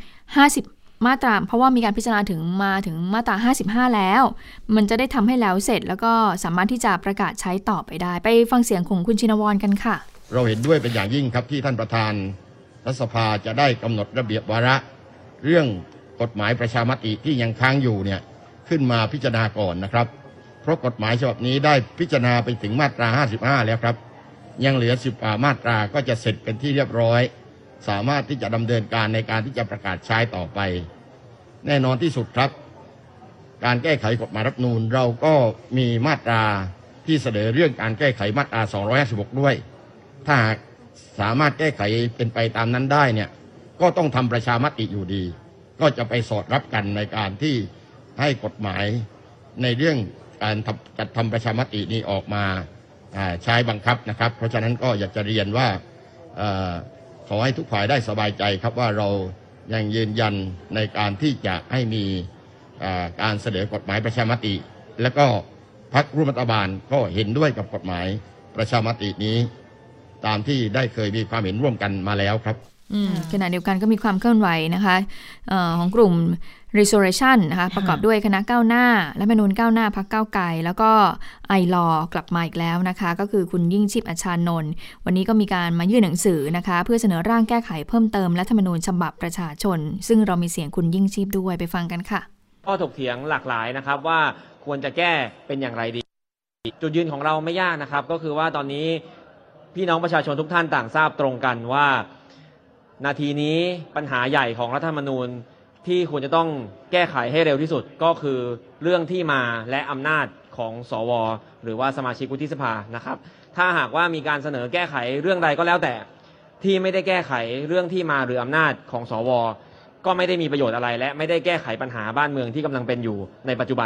[SPEAKER 3] 50มาตราเพราะว่ามีการพิจารณาถึงมาตรา55แล้วมันจะได้ทำให้แล้วเสร็จแล้วก็สามารถที่จะประกาศใช้ต่อไปได้ไปฟังเสียงของคุณชินวรกันค่ะ
[SPEAKER 7] เราเห็นด้วยเป็นอย่างยิ่งครับที่ท่านประธานรัฐสภาจะได้กำหนดระเบียบวาระเรื่องกฎหมายประชามติที่ยังค้างอยู่เนี่ยขึ้นมาพิจารณาก่อนนะครับเพราะกฎหมายฉบับนี้ได้พิจารณาไปถึงมาตรา55แล้วครับยังเหลือ10มาตราก็จะเสร็จเป็นที่เรียบร้อยสามารถที่จะดำเนินการในการที่จะประกาศใช้ต่อไปแน่นอนที่สุดครับการแก้ไขกฎหมายรัฐธรรมนูญเราก็มีมาตราที่เสนอเรื่องการแก้ไขมาตรา256ด้วยถ้าสามารถแก้ไขเป็นไปตามนั้นได้เนี่ยก็ต้องทำประชามติอยู่ดีก็จะไปสอดรับกันในการที่ให้กฎหมายในเรื่องการจัดทำประชามตินี้ออกมาใช้บังคับนะครับเพราะฉะนั้นก็อยากจะเรียนว่าขอให้ทุกฝ่ายได้สบายใจครับว่าเรายังยืนยันในการที่จะให้มีการเสนอกฎหมายประชามติและก็พรรคร่วมรัฐบาลก็เห็นด้วยกับกฎหมายประชามตินี้ตามที่ได้เคยมีความเห็นร่วมกันมาแล้วครับ
[SPEAKER 3] ขณะเดียวกันก็มีความเคลื่อนไหวนะคะของกลุ่ม Restoration นะคะประกอบด้วยคณะก้าวหน้าและมนูญก้าวหน้าพรรคก้าวไกลแล้วก็ไอลอกลับมาอีกแล้วนะคะก็คือคุณยิ่งชีพอัชชานนท์วันนี้ก็มีการมายื่นหนังสือนะคะเพื่อเสนอร่างแก้ไขเพิ่มเติมรัฐธรรมนูญฉบับประชาชนซึ่งเรามีเสียงคุณยิ่งชีพด้วยไปฟังกันค่ะ
[SPEAKER 8] ข้อถกเถียงหลากหลายนะครับว่าควรจะแก้เป็นอย่างไรดีจุดยืนของเราไม่ยากนะครับก็คือว่าตอนนี้พี่น้องประชาชนทุกท่านต่างทราบตรงกันว่านาทีนี้ปัญหาใหญ่ของรัฐธรรมนูญที่ควรจะต้องแก้ไขให้เร็วที่สุดก็คือเรื่องที่มาและอำนาจของสวหรือว่าสมาชิกวุฒิสภานะครับถ้าหากว่ามีการเสนอแก้ไขเรื่องใดก็แล้วแต่ที่ไม่ได้แก้ไขเรื่องที่มาหรืออำนาจของสวก็ไม่ได้มีประโยชน์อะไรและไม่ได้แก้ไขปัญหาบ้านเมืองที่กำลังเป็นอยู่ในปัจจุบัน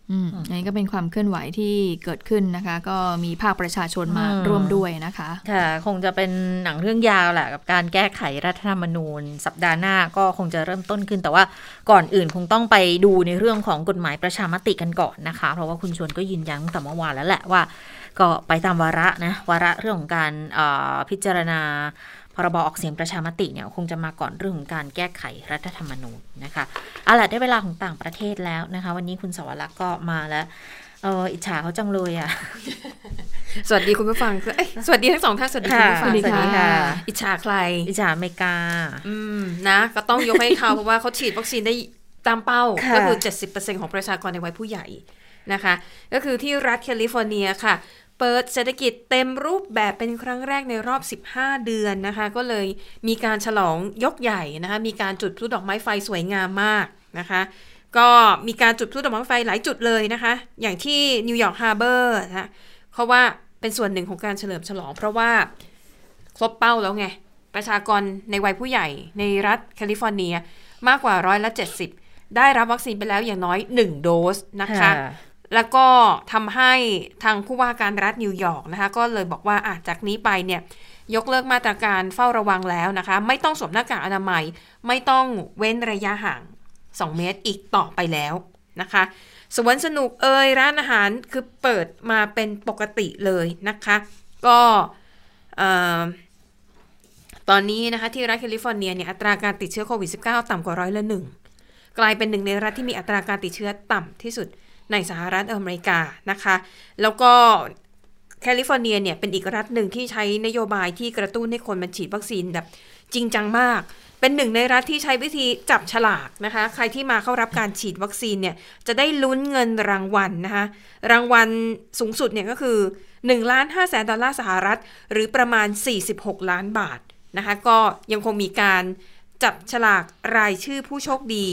[SPEAKER 3] อันนี้ก็เป็นความเคลื่อนไหวที่เกิดขึ้นนะคะก็มีภาคประชาชนมาร่วมด้วยนะคะ
[SPEAKER 2] ค่ะคงจะเป็นหนังเรื่องยาวแหละกับการแก้ไขรัฐธรรมนูญสัปดาห์หน้าก็คงจะเริ่มต้นขึ้นแต่ว่าก่อนอื่นคงต้องไปดูในเรื่องของกฎหมายประชามติกันก่อนนะคะเพราะว่าคุณชวนก็ยืนยันตั้งแต่เมื่อวานแล้วแหละว่าก็ไปตามวาระนะวาระเรื่องของการพิจารณาพรบออกเสียงประชามติเนี่ยคงจะมาก่อนเรื่องของการแก้ไขรัฐธรรมนูญนะคะเอาล่ะได้เวลาของต่างประเทศแล้วนะคะวันนี้คุณสวรักษ์ก็มาแล้วอิจฉาเขาจังเลยอ่ะ
[SPEAKER 9] สวัสดีคุณผู้ฟังสวัสดีทั้งสองท่านสวัสดีคุณผู้ฟังค่ะอิจฉาใคร
[SPEAKER 2] อิจฉาอเมริกา
[SPEAKER 9] นะก็ต้องยกให้เขาเพราะว่าเขาฉีดวัคซีนได้ตามเป้าก็คือ 70% ของประชากรในวัยผู้ใหญ่นะคะก็คือที่รัฐแคลิฟอร์เนียค่ะเปิดเศรษฐกิจเต็มรูปแบบเป็นครั้งแรกในรอบ15เดือนนะคะก็เลยมีการฉลองยกใหญ่นะคะมีการจุดพลุดอกไม้ไฟสวยงามมากนะคะก็มีการจุดพลุดอกไม้ไฟหลายจุดเลยนะคะอย่างที่นิวยอร์กฮาร์เบอร์นะเพราะว่าเป็นส่วนหนึ่งของการเฉลิมฉลองเพราะว่าครบเป้าแล้วไงประชากรในวัยผู้ใหญ่ในรัฐแคลิฟอร์เนียมากกว่า170ได้รับวัคซีนไปแล้วอย่างน้อย1โดสนะคะแล้วก็ทำให้ทางผู้ว่าการรัฐนิวยอร์กนะคะก็เลยบอกว่าจากนี้ไปเนี่ยยกเลิกมาตรการเฝ้าระวังแล้วนะคะไม่ต้องสวมหน้ากากอนามัยไม่ต้องเว้นระยะห่าง2 เมตรอีกต่อไปแล้วนะคะสวนสนุกร้านอาหารคือเปิดมาเป็นปกติเลยนะคะก็ตอนนี้นะคะที่รัฐแคลิฟอร์เนียเนี่ยอัตราการติดเชื้อโควิด -19 ต่ำกว่า1%กลายเป็นหนึ่งในรัฐที่มีอัตราการติดเชื้อต่ำที่สุดในสหรัฐอเมริกานะคะแล้วก็แคลิฟอร์เนียเนี่ยเป็นอีกรัฐหนึ่งที่ใช้นโยบายที่กระตุ้นให้คนมาฉีดวัคซีนแบบจริงจังมากเป็นหนึ่งในรัฐที่ใช้วิธีจับฉลากนะคะใครที่มาเข้ารับการฉีดวัคซีนเนี่ยจะได้ลุ้นเงินรางวัลนะคะรางวัลสูงสุดเนี่ยก็คือ$1.5 แสนหรือประมาณ46ล้านบาทนะคะก็ยังคงมีการจับฉลากรายชื่อผู้โชคดี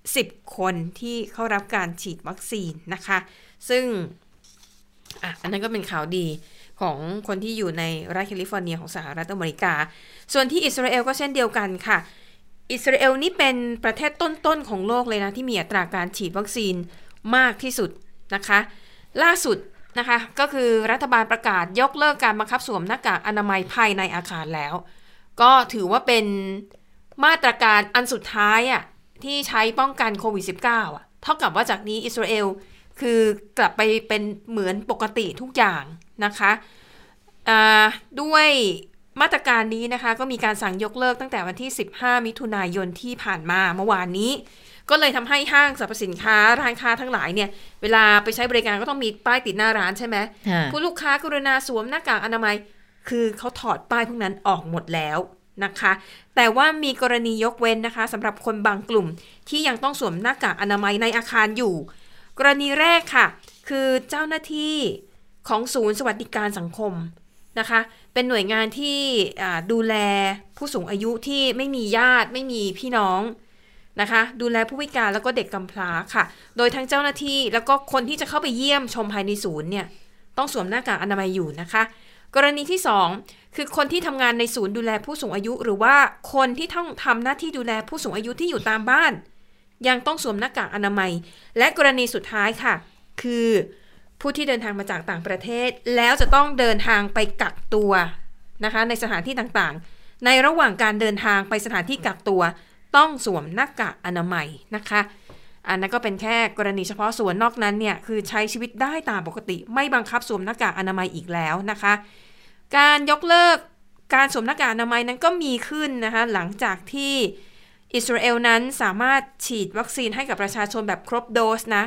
[SPEAKER 9] 10 คนที่เข้ารับการฉีดวัคซีนนะคะซึ่งอันนั้นก็เป็นข่าวดีของคนที่อยู่ในรัฐแคลิฟอร์เนียของสหรัฐอเมริกาส่วนที่อิสราเอลก็เช่นเดียวกันค่ะอิสราเอลนี่เป็นประเทศต้นๆของโลกเลยนะที่มีอัตราการฉีดวัคซีนมากที่สุดนะคะล่าสุดนะคะก็คือรัฐบาลประกาศยกเลิกการบังคับสวมหน้ากากอนามัยภายในอาคารแล้วก็ถือว่าเป็นมาตรการอันสุดท้ายที่ใช้ป้องกันโควิด -19 เท่ากับว่าจากนี้อิสราเอลคือกลับไปเป็นเหมือนปกติทุกอย่างนะคะด้วยมาตรการนี้นะคะก็มีการสั่งยกเลิกตั้งแต่วันที่15มิถุนายนที่ผ่านมาเมื่อวานนี้ก็เลยทำให้ห้างสรรพสินค้าร้านค้าทั้งหลายเนี่ยเวลาไปใช้บริการก็ต้องมีป้ายติดหน้าร้านใช่ไหมผู้ลูกค้ากรุณาสวมหน้ากากอนามัยคือเขาถอดป้ายพวกนั้นออกหมดแล้วนะคะแต่ว่ามีกรณียกเว้นนะคะสำหรับคนบางกลุ่มที่ยังต้องสวมหน้ากากอนามัยในอาคารอยู่กรณีแรกค่ะคือเจ้าหน้าที่ของศูนย์สวัสดิการสังคมนะคะเป็นหน่วยงานที่ดูแลผู้สูงอายุที่ไม่มีญาติไม่มีพี่น้องนะคะดูแลผู้พิการแล้วก็เด็กกำพร้าค่ะโดยทั้งเจ้าหน้าที่แล้วก็คนที่จะเข้าไปเยี่ยมชมภายในศูนย์เนี่ยต้องสวมหน้ากากอนามัยอยู่นะคะกรณีที่2คือคนที่ทำงานในศูนย์ดูแลผู้สูงอายุหรือว่าคนที่ต้องทำหน้าที่ดูแลผู้สูงอายุที่อยู่ตามบ้านยังต้องสวมหน้ากากอนามัยและกรณีสุดท้ายค่ะคือผู้ที่เดินทางมาจากต่างประเทศแล้วจะต้องเดินทางไปกักตัวนะคะในสถานที่ต่างๆในระหว่างการเดินทางไปสถานที่กักตัวต้องสวมหน้ากากอนามัยนะคะอันนั้นก็เป็นแค่กรณีเฉพาะส่วนนอกนั้นเนี่ยคือใช้ชีวิตได้ตามปกติไม่บังคับสวมหน้ากากอนามัยอีกแล้วนะคะการยกเลิกการสวมหน้ากากอนามัยนั้นก็มีขึ้นนะคะหลังจากที่อิสราเอลนั้นสามารถฉีดวัคซีนให้กับประชาชนแบบครบโดสนะ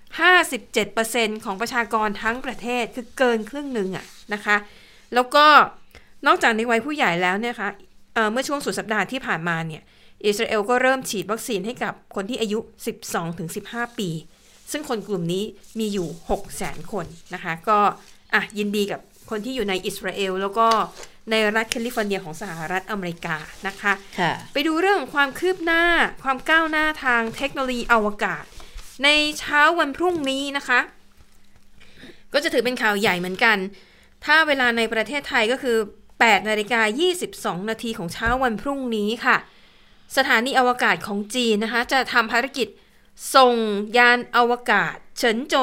[SPEAKER 9] 57% ของประชากรทั้งประเทศคือเกินครึ่งหนึ่งนะคะแล้วก็นอกจากในวัยผู้ใหญ่แล้วเนี่ยค่ะเมื่อช่วงสุดสัปดาห์ที่ผ่านมาเนี่ยอิสราเอลก็เริ่มฉีดวัคซีนให้กับคนที่อายุ 12-15 ปีซึ่งคนกลุ่มนี้มีอยู่ 600,000 คนนะคะก็ยินดีกับคนที่อยู่ในอิสราเอลแล้วก็ในรัฐแคลิฟอร์เนียของสหรัฐอเมริกานะคะไปดูเรื่องความคืบหน้าความก้าวหน้าทางเทคโนโลยีอวกาศในเช้าวันพรุ่งนี้นะคะก็จะถือเป็นข่าวใหญ่เหมือนกันถ้าเวลาในประเทศไทยก็คือ8:22 นาทีของเช้าวันพรุ่งนี้ค่ะสถานีอวกาศของจีนนะคะจะทำภารกิจส่งยานอวกาศเฉินโจ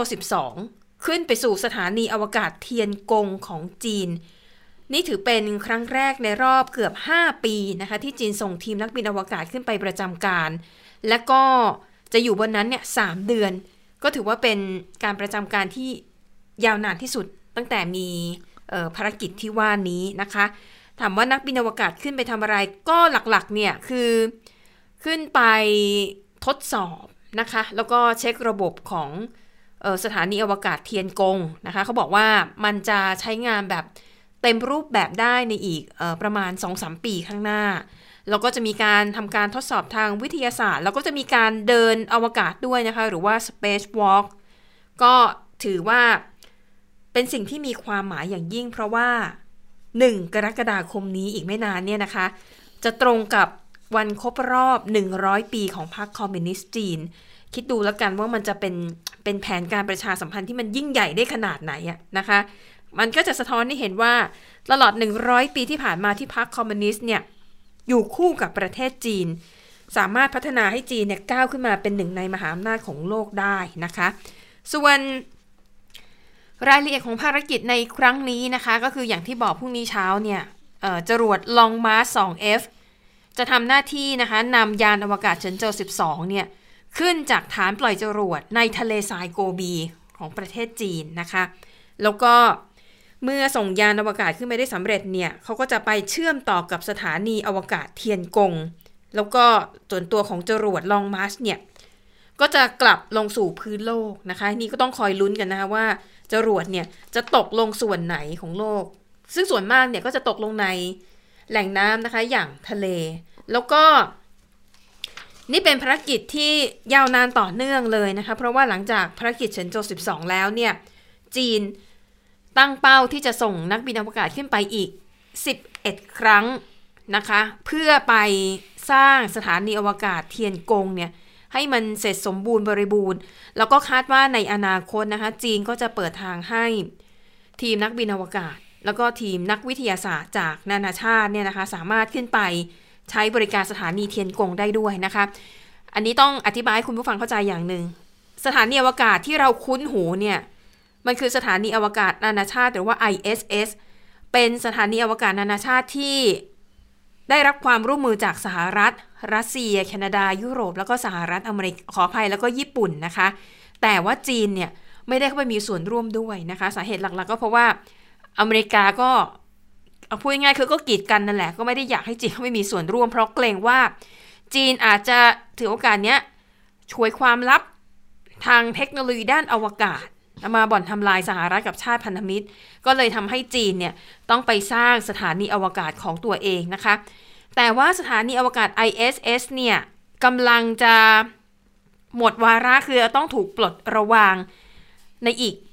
[SPEAKER 9] 12ขึ้นไปสู่สถานีอวกาศเทียนกงของจีนนี่ถือเป็นครั้งแรกในรอบเกือบ5ปีนะคะที่จีนส่งทีมนักบินอวกาศขึ้นไปประจำการและก็จะอยู่บนนั้นเนี่ย3 เดือนก็ถือว่าเป็นการประจำการที่ยาวนานที่สุดตั้งแต่มีภารกิจที่ว่านี้นะคะถามว่านักบินอวกาศขึ้นไปทำอะไรก็หลักๆเนี่ยคือขึ้นไปทดสอบนะคะแล้วก็เช็คระบบของสถานีอวกาศเทียนกงนะคะเขาบอกว่ามันจะใช้งานแบบเต็มรูปแบบได้ในอีกประมาณ 2-3 ปีข้างหน้าแล้วก็จะมีการทำการทดสอบทางวิทยาศาสตร์แล้วก็จะมีการเดินอวกาศด้วยนะคะหรือว่า Space Walk ก็ถือว่าเป็นสิ่งที่มีความหมายอย่างยิ่งเพราะว่า1 กรกฎาคมนี้อีกไม่นานเนี่ยนะคะจะตรงกับวันครบรอบ100 ปีของพรรคคอมมิวนิสต์จีนคิดดูแล้วกันว่ามันจะเป็นแผนการประชาสัมพันธ์ที่มันยิ่งใหญ่ได้ขนาดไหนอะนะคะมันก็จะสะท้อนให้เห็นว่าตลอด100 ปีที่ผ่านมาที่พรรคคอมมิวนิสต์เนี่ยอยู่คู่กับประเทศจีนสามารถพัฒนาให้จีนเนี่ยก้าวขึ้นมาเป็นหนึ่งในมหาอำนาจของโลกได้นะคะส่วนรายละเอียดของภารกิจในครั้งนี้นะคะก็คืออย่างที่บอกพรุ่งนี้เช้าเนี่ยจรวด Long March 2F จะทำหน้าที่นะคะนำยานอวกาศเฉินโจ12เนี่ยขึ้นจากฐานปล่อยจรวดในทะเลทรายโกบีของประเทศจีนนะคะแล้วก็เมื่อส่งยานอวกาศขึ้นไปได้สำเร็จเนี่ยเขาก็จะไปเชื่อมต่อกับสถานีอวกาศเทียนกงแล้วก็ส่วนตัวของจรวด Long March เนี่ยก็จะกลับลงสู่พื้นโลกนะคะนี่ก็ต้องคอยลุ้นกันนะคะว่าจรวดเนี่ยจะตกลงส่วนไหนของโลกซึ่งส่วนมากเนี่ยก็จะตกลงในแหล่งน้ำนะคะอย่างทะเลแล้วก็นี่เป็นภารกิจที่ยาวนานต่อเนื่องเลยนะคะเพราะว่าหลังจากภารกิจเฉินโจ12แล้วเนี่ยจีนตั้งเป้าที่จะส่งนักบินอวกาศขึ้นไปอีก11 ครั้งนะคะเพื่อไปสร้างสถานีอวกาศเทียนกงเนี่ยให้มันเสร็จสมบูรณ์บริบูรณ์แล้วก็คาดว่าในอนาคตนะคะจีนก็จะเปิดทางให้ทีมนักบินอวกาศแล้วก็ทีมนักวิทยาศาสตร์จากนานาชาติเนี่ยนะคะสามารถขึ้นไปใช้บริการสถานีเทียนกงได้ด้วยนะคะอันนี้ต้องอธิบายให้คุณผู้ฟังเข้าใจอย่างหนึ่งสถานีอวกาศที่เราคุ้นหูเนี่ยมันคือสถานีอวกาศนานาชาติหรือว่า ISS เป็นสถานีอวกาศนานาชาติที่ได้รับความร่วมมือจากสหรัฐรัสเซียแคนาดายุโรปแล้วก็สหรัฐอเมริกาขออภัยแล้วก็ญี่ปุ่นนะคะแต่ว่าจีนเนี่ยไม่ได้เข้าไปมีส่วนร่วมด้วยนะคะสาเหตุหลักๆก็เพราะว่าอเมริกาก็เอาพูดง่ายๆคือก็กีดกันนั่นแหละก็ไม่ได้อยากให้จีนเข้าไปมีส่วนร่วมเพราะเกรงว่าจีนอาจจะถือโอกาสนี้ฉวยความลับทางเทคโนโลยีด้านอวกาศมาบ่อนทำลายสหรัฐกับชาติพันธมิตรก็เลยทำให้จีนเนี่ยต้องไปสร้างสถานีอวกาศของตัวเองนะคะแต่ว่าสถานีอวกาศ ISS เนี่ยกำลังจะหมดวาระคือต้องถูกปลดระวางในอีก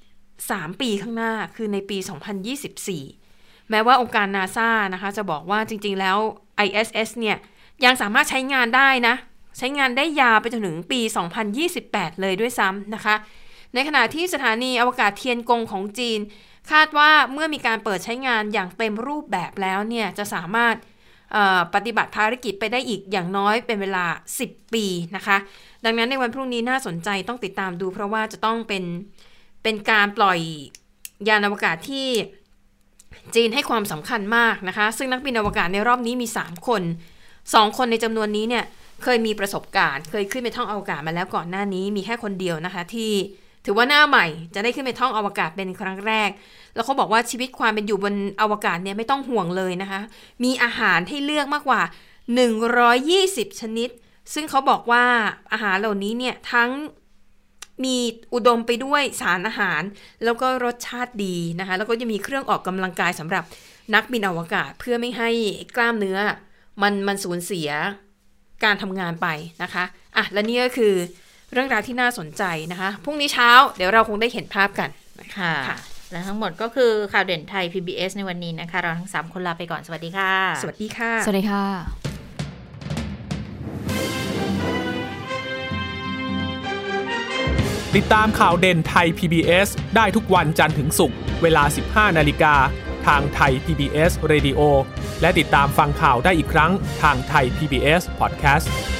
[SPEAKER 9] 3 ปีข้างหน้าคือในปี 2024 แม้ว่าองค์การ NASA นะคะจะบอกว่าจริงๆแล้ว ISS เนี่ยยังสามารถใช้งานได้นะใช้งานได้ยาวไปจนถึงปี 2028 เลยด้วยซ้ำนะคะในขณะที่สถานีอวกาศเทียนกงของจีนคาดว่าเมื่อมีการเปิดใช้งานอย่างเต็มรูปแบบแล้วเนี่ยจะสามารถปฏิบัติภารกิจไปได้อีกอย่างน้อยเป็นเวลา10 ปีนะคะดังนั้นในวันพรุ่งนี้น่าสนใจต้องติดตามดูเพราะว่าจะต้องเป็นการปล่อยยานอวกาศที่จีนให้ความสำคัญมากนะคะซึ่งนักบินอวกาศในรอบนี้มี3 คน2 คนในจำนวนนี้เนี่ยเคยมีประสบการณ์เคยขึ้นไปท่องอวกาศมาแล้วก่อนหน้านี้มีแค่คนเดียวนะคะที่ถือว่าหน้าใหม่จะได้ขึ้นไปท่องอวกาศเป็นครั้งแรกแล้วเขาบอกว่าชีวิตความเป็นอยู่บนอวกาศเนี่ยไม่ต้องห่วงเลยนะคะมีอาหารให้เลือกมากกว่า120 ชนิดซึ่งเขาบอกว่าอาหารเหล่านี้เนี่ยทั้งมีอุดมไปด้วยสารอาหารแล้วก็รสชาติดีนะคะแล้วก็จะมีเครื่องออกกำลังกายสำหรับนักบินอวกาศเพื่อไม่ให้กล้ามเนื้อมันสูญเสียการทำงานไปนะคะอ่ะและนี่ก็คือเรื่องราวที่น่าสนใจนะคะพรุ่งนี้เช้าเดี๋ยวเราคงได้เห็นภาพกัน
[SPEAKER 2] ค่ะและทั้งหมดก็คือข่าวเด่นไทย PBS ในวันนี้นะคะเราทั้ง3 คนลาไปก่อนสวัสดีค่ะ
[SPEAKER 9] สวัสดีค่ะ
[SPEAKER 3] สวัสดีค่ะ
[SPEAKER 1] ติดตามข่าวเด่นไทย PBS ได้ทุกวันจันทร์ถึงศุกร์เวลา 15 นาฬิกาทางไทย PBS Radio และติดตามฟังข่าวได้อีกครั้งทางไทย PBS Podcast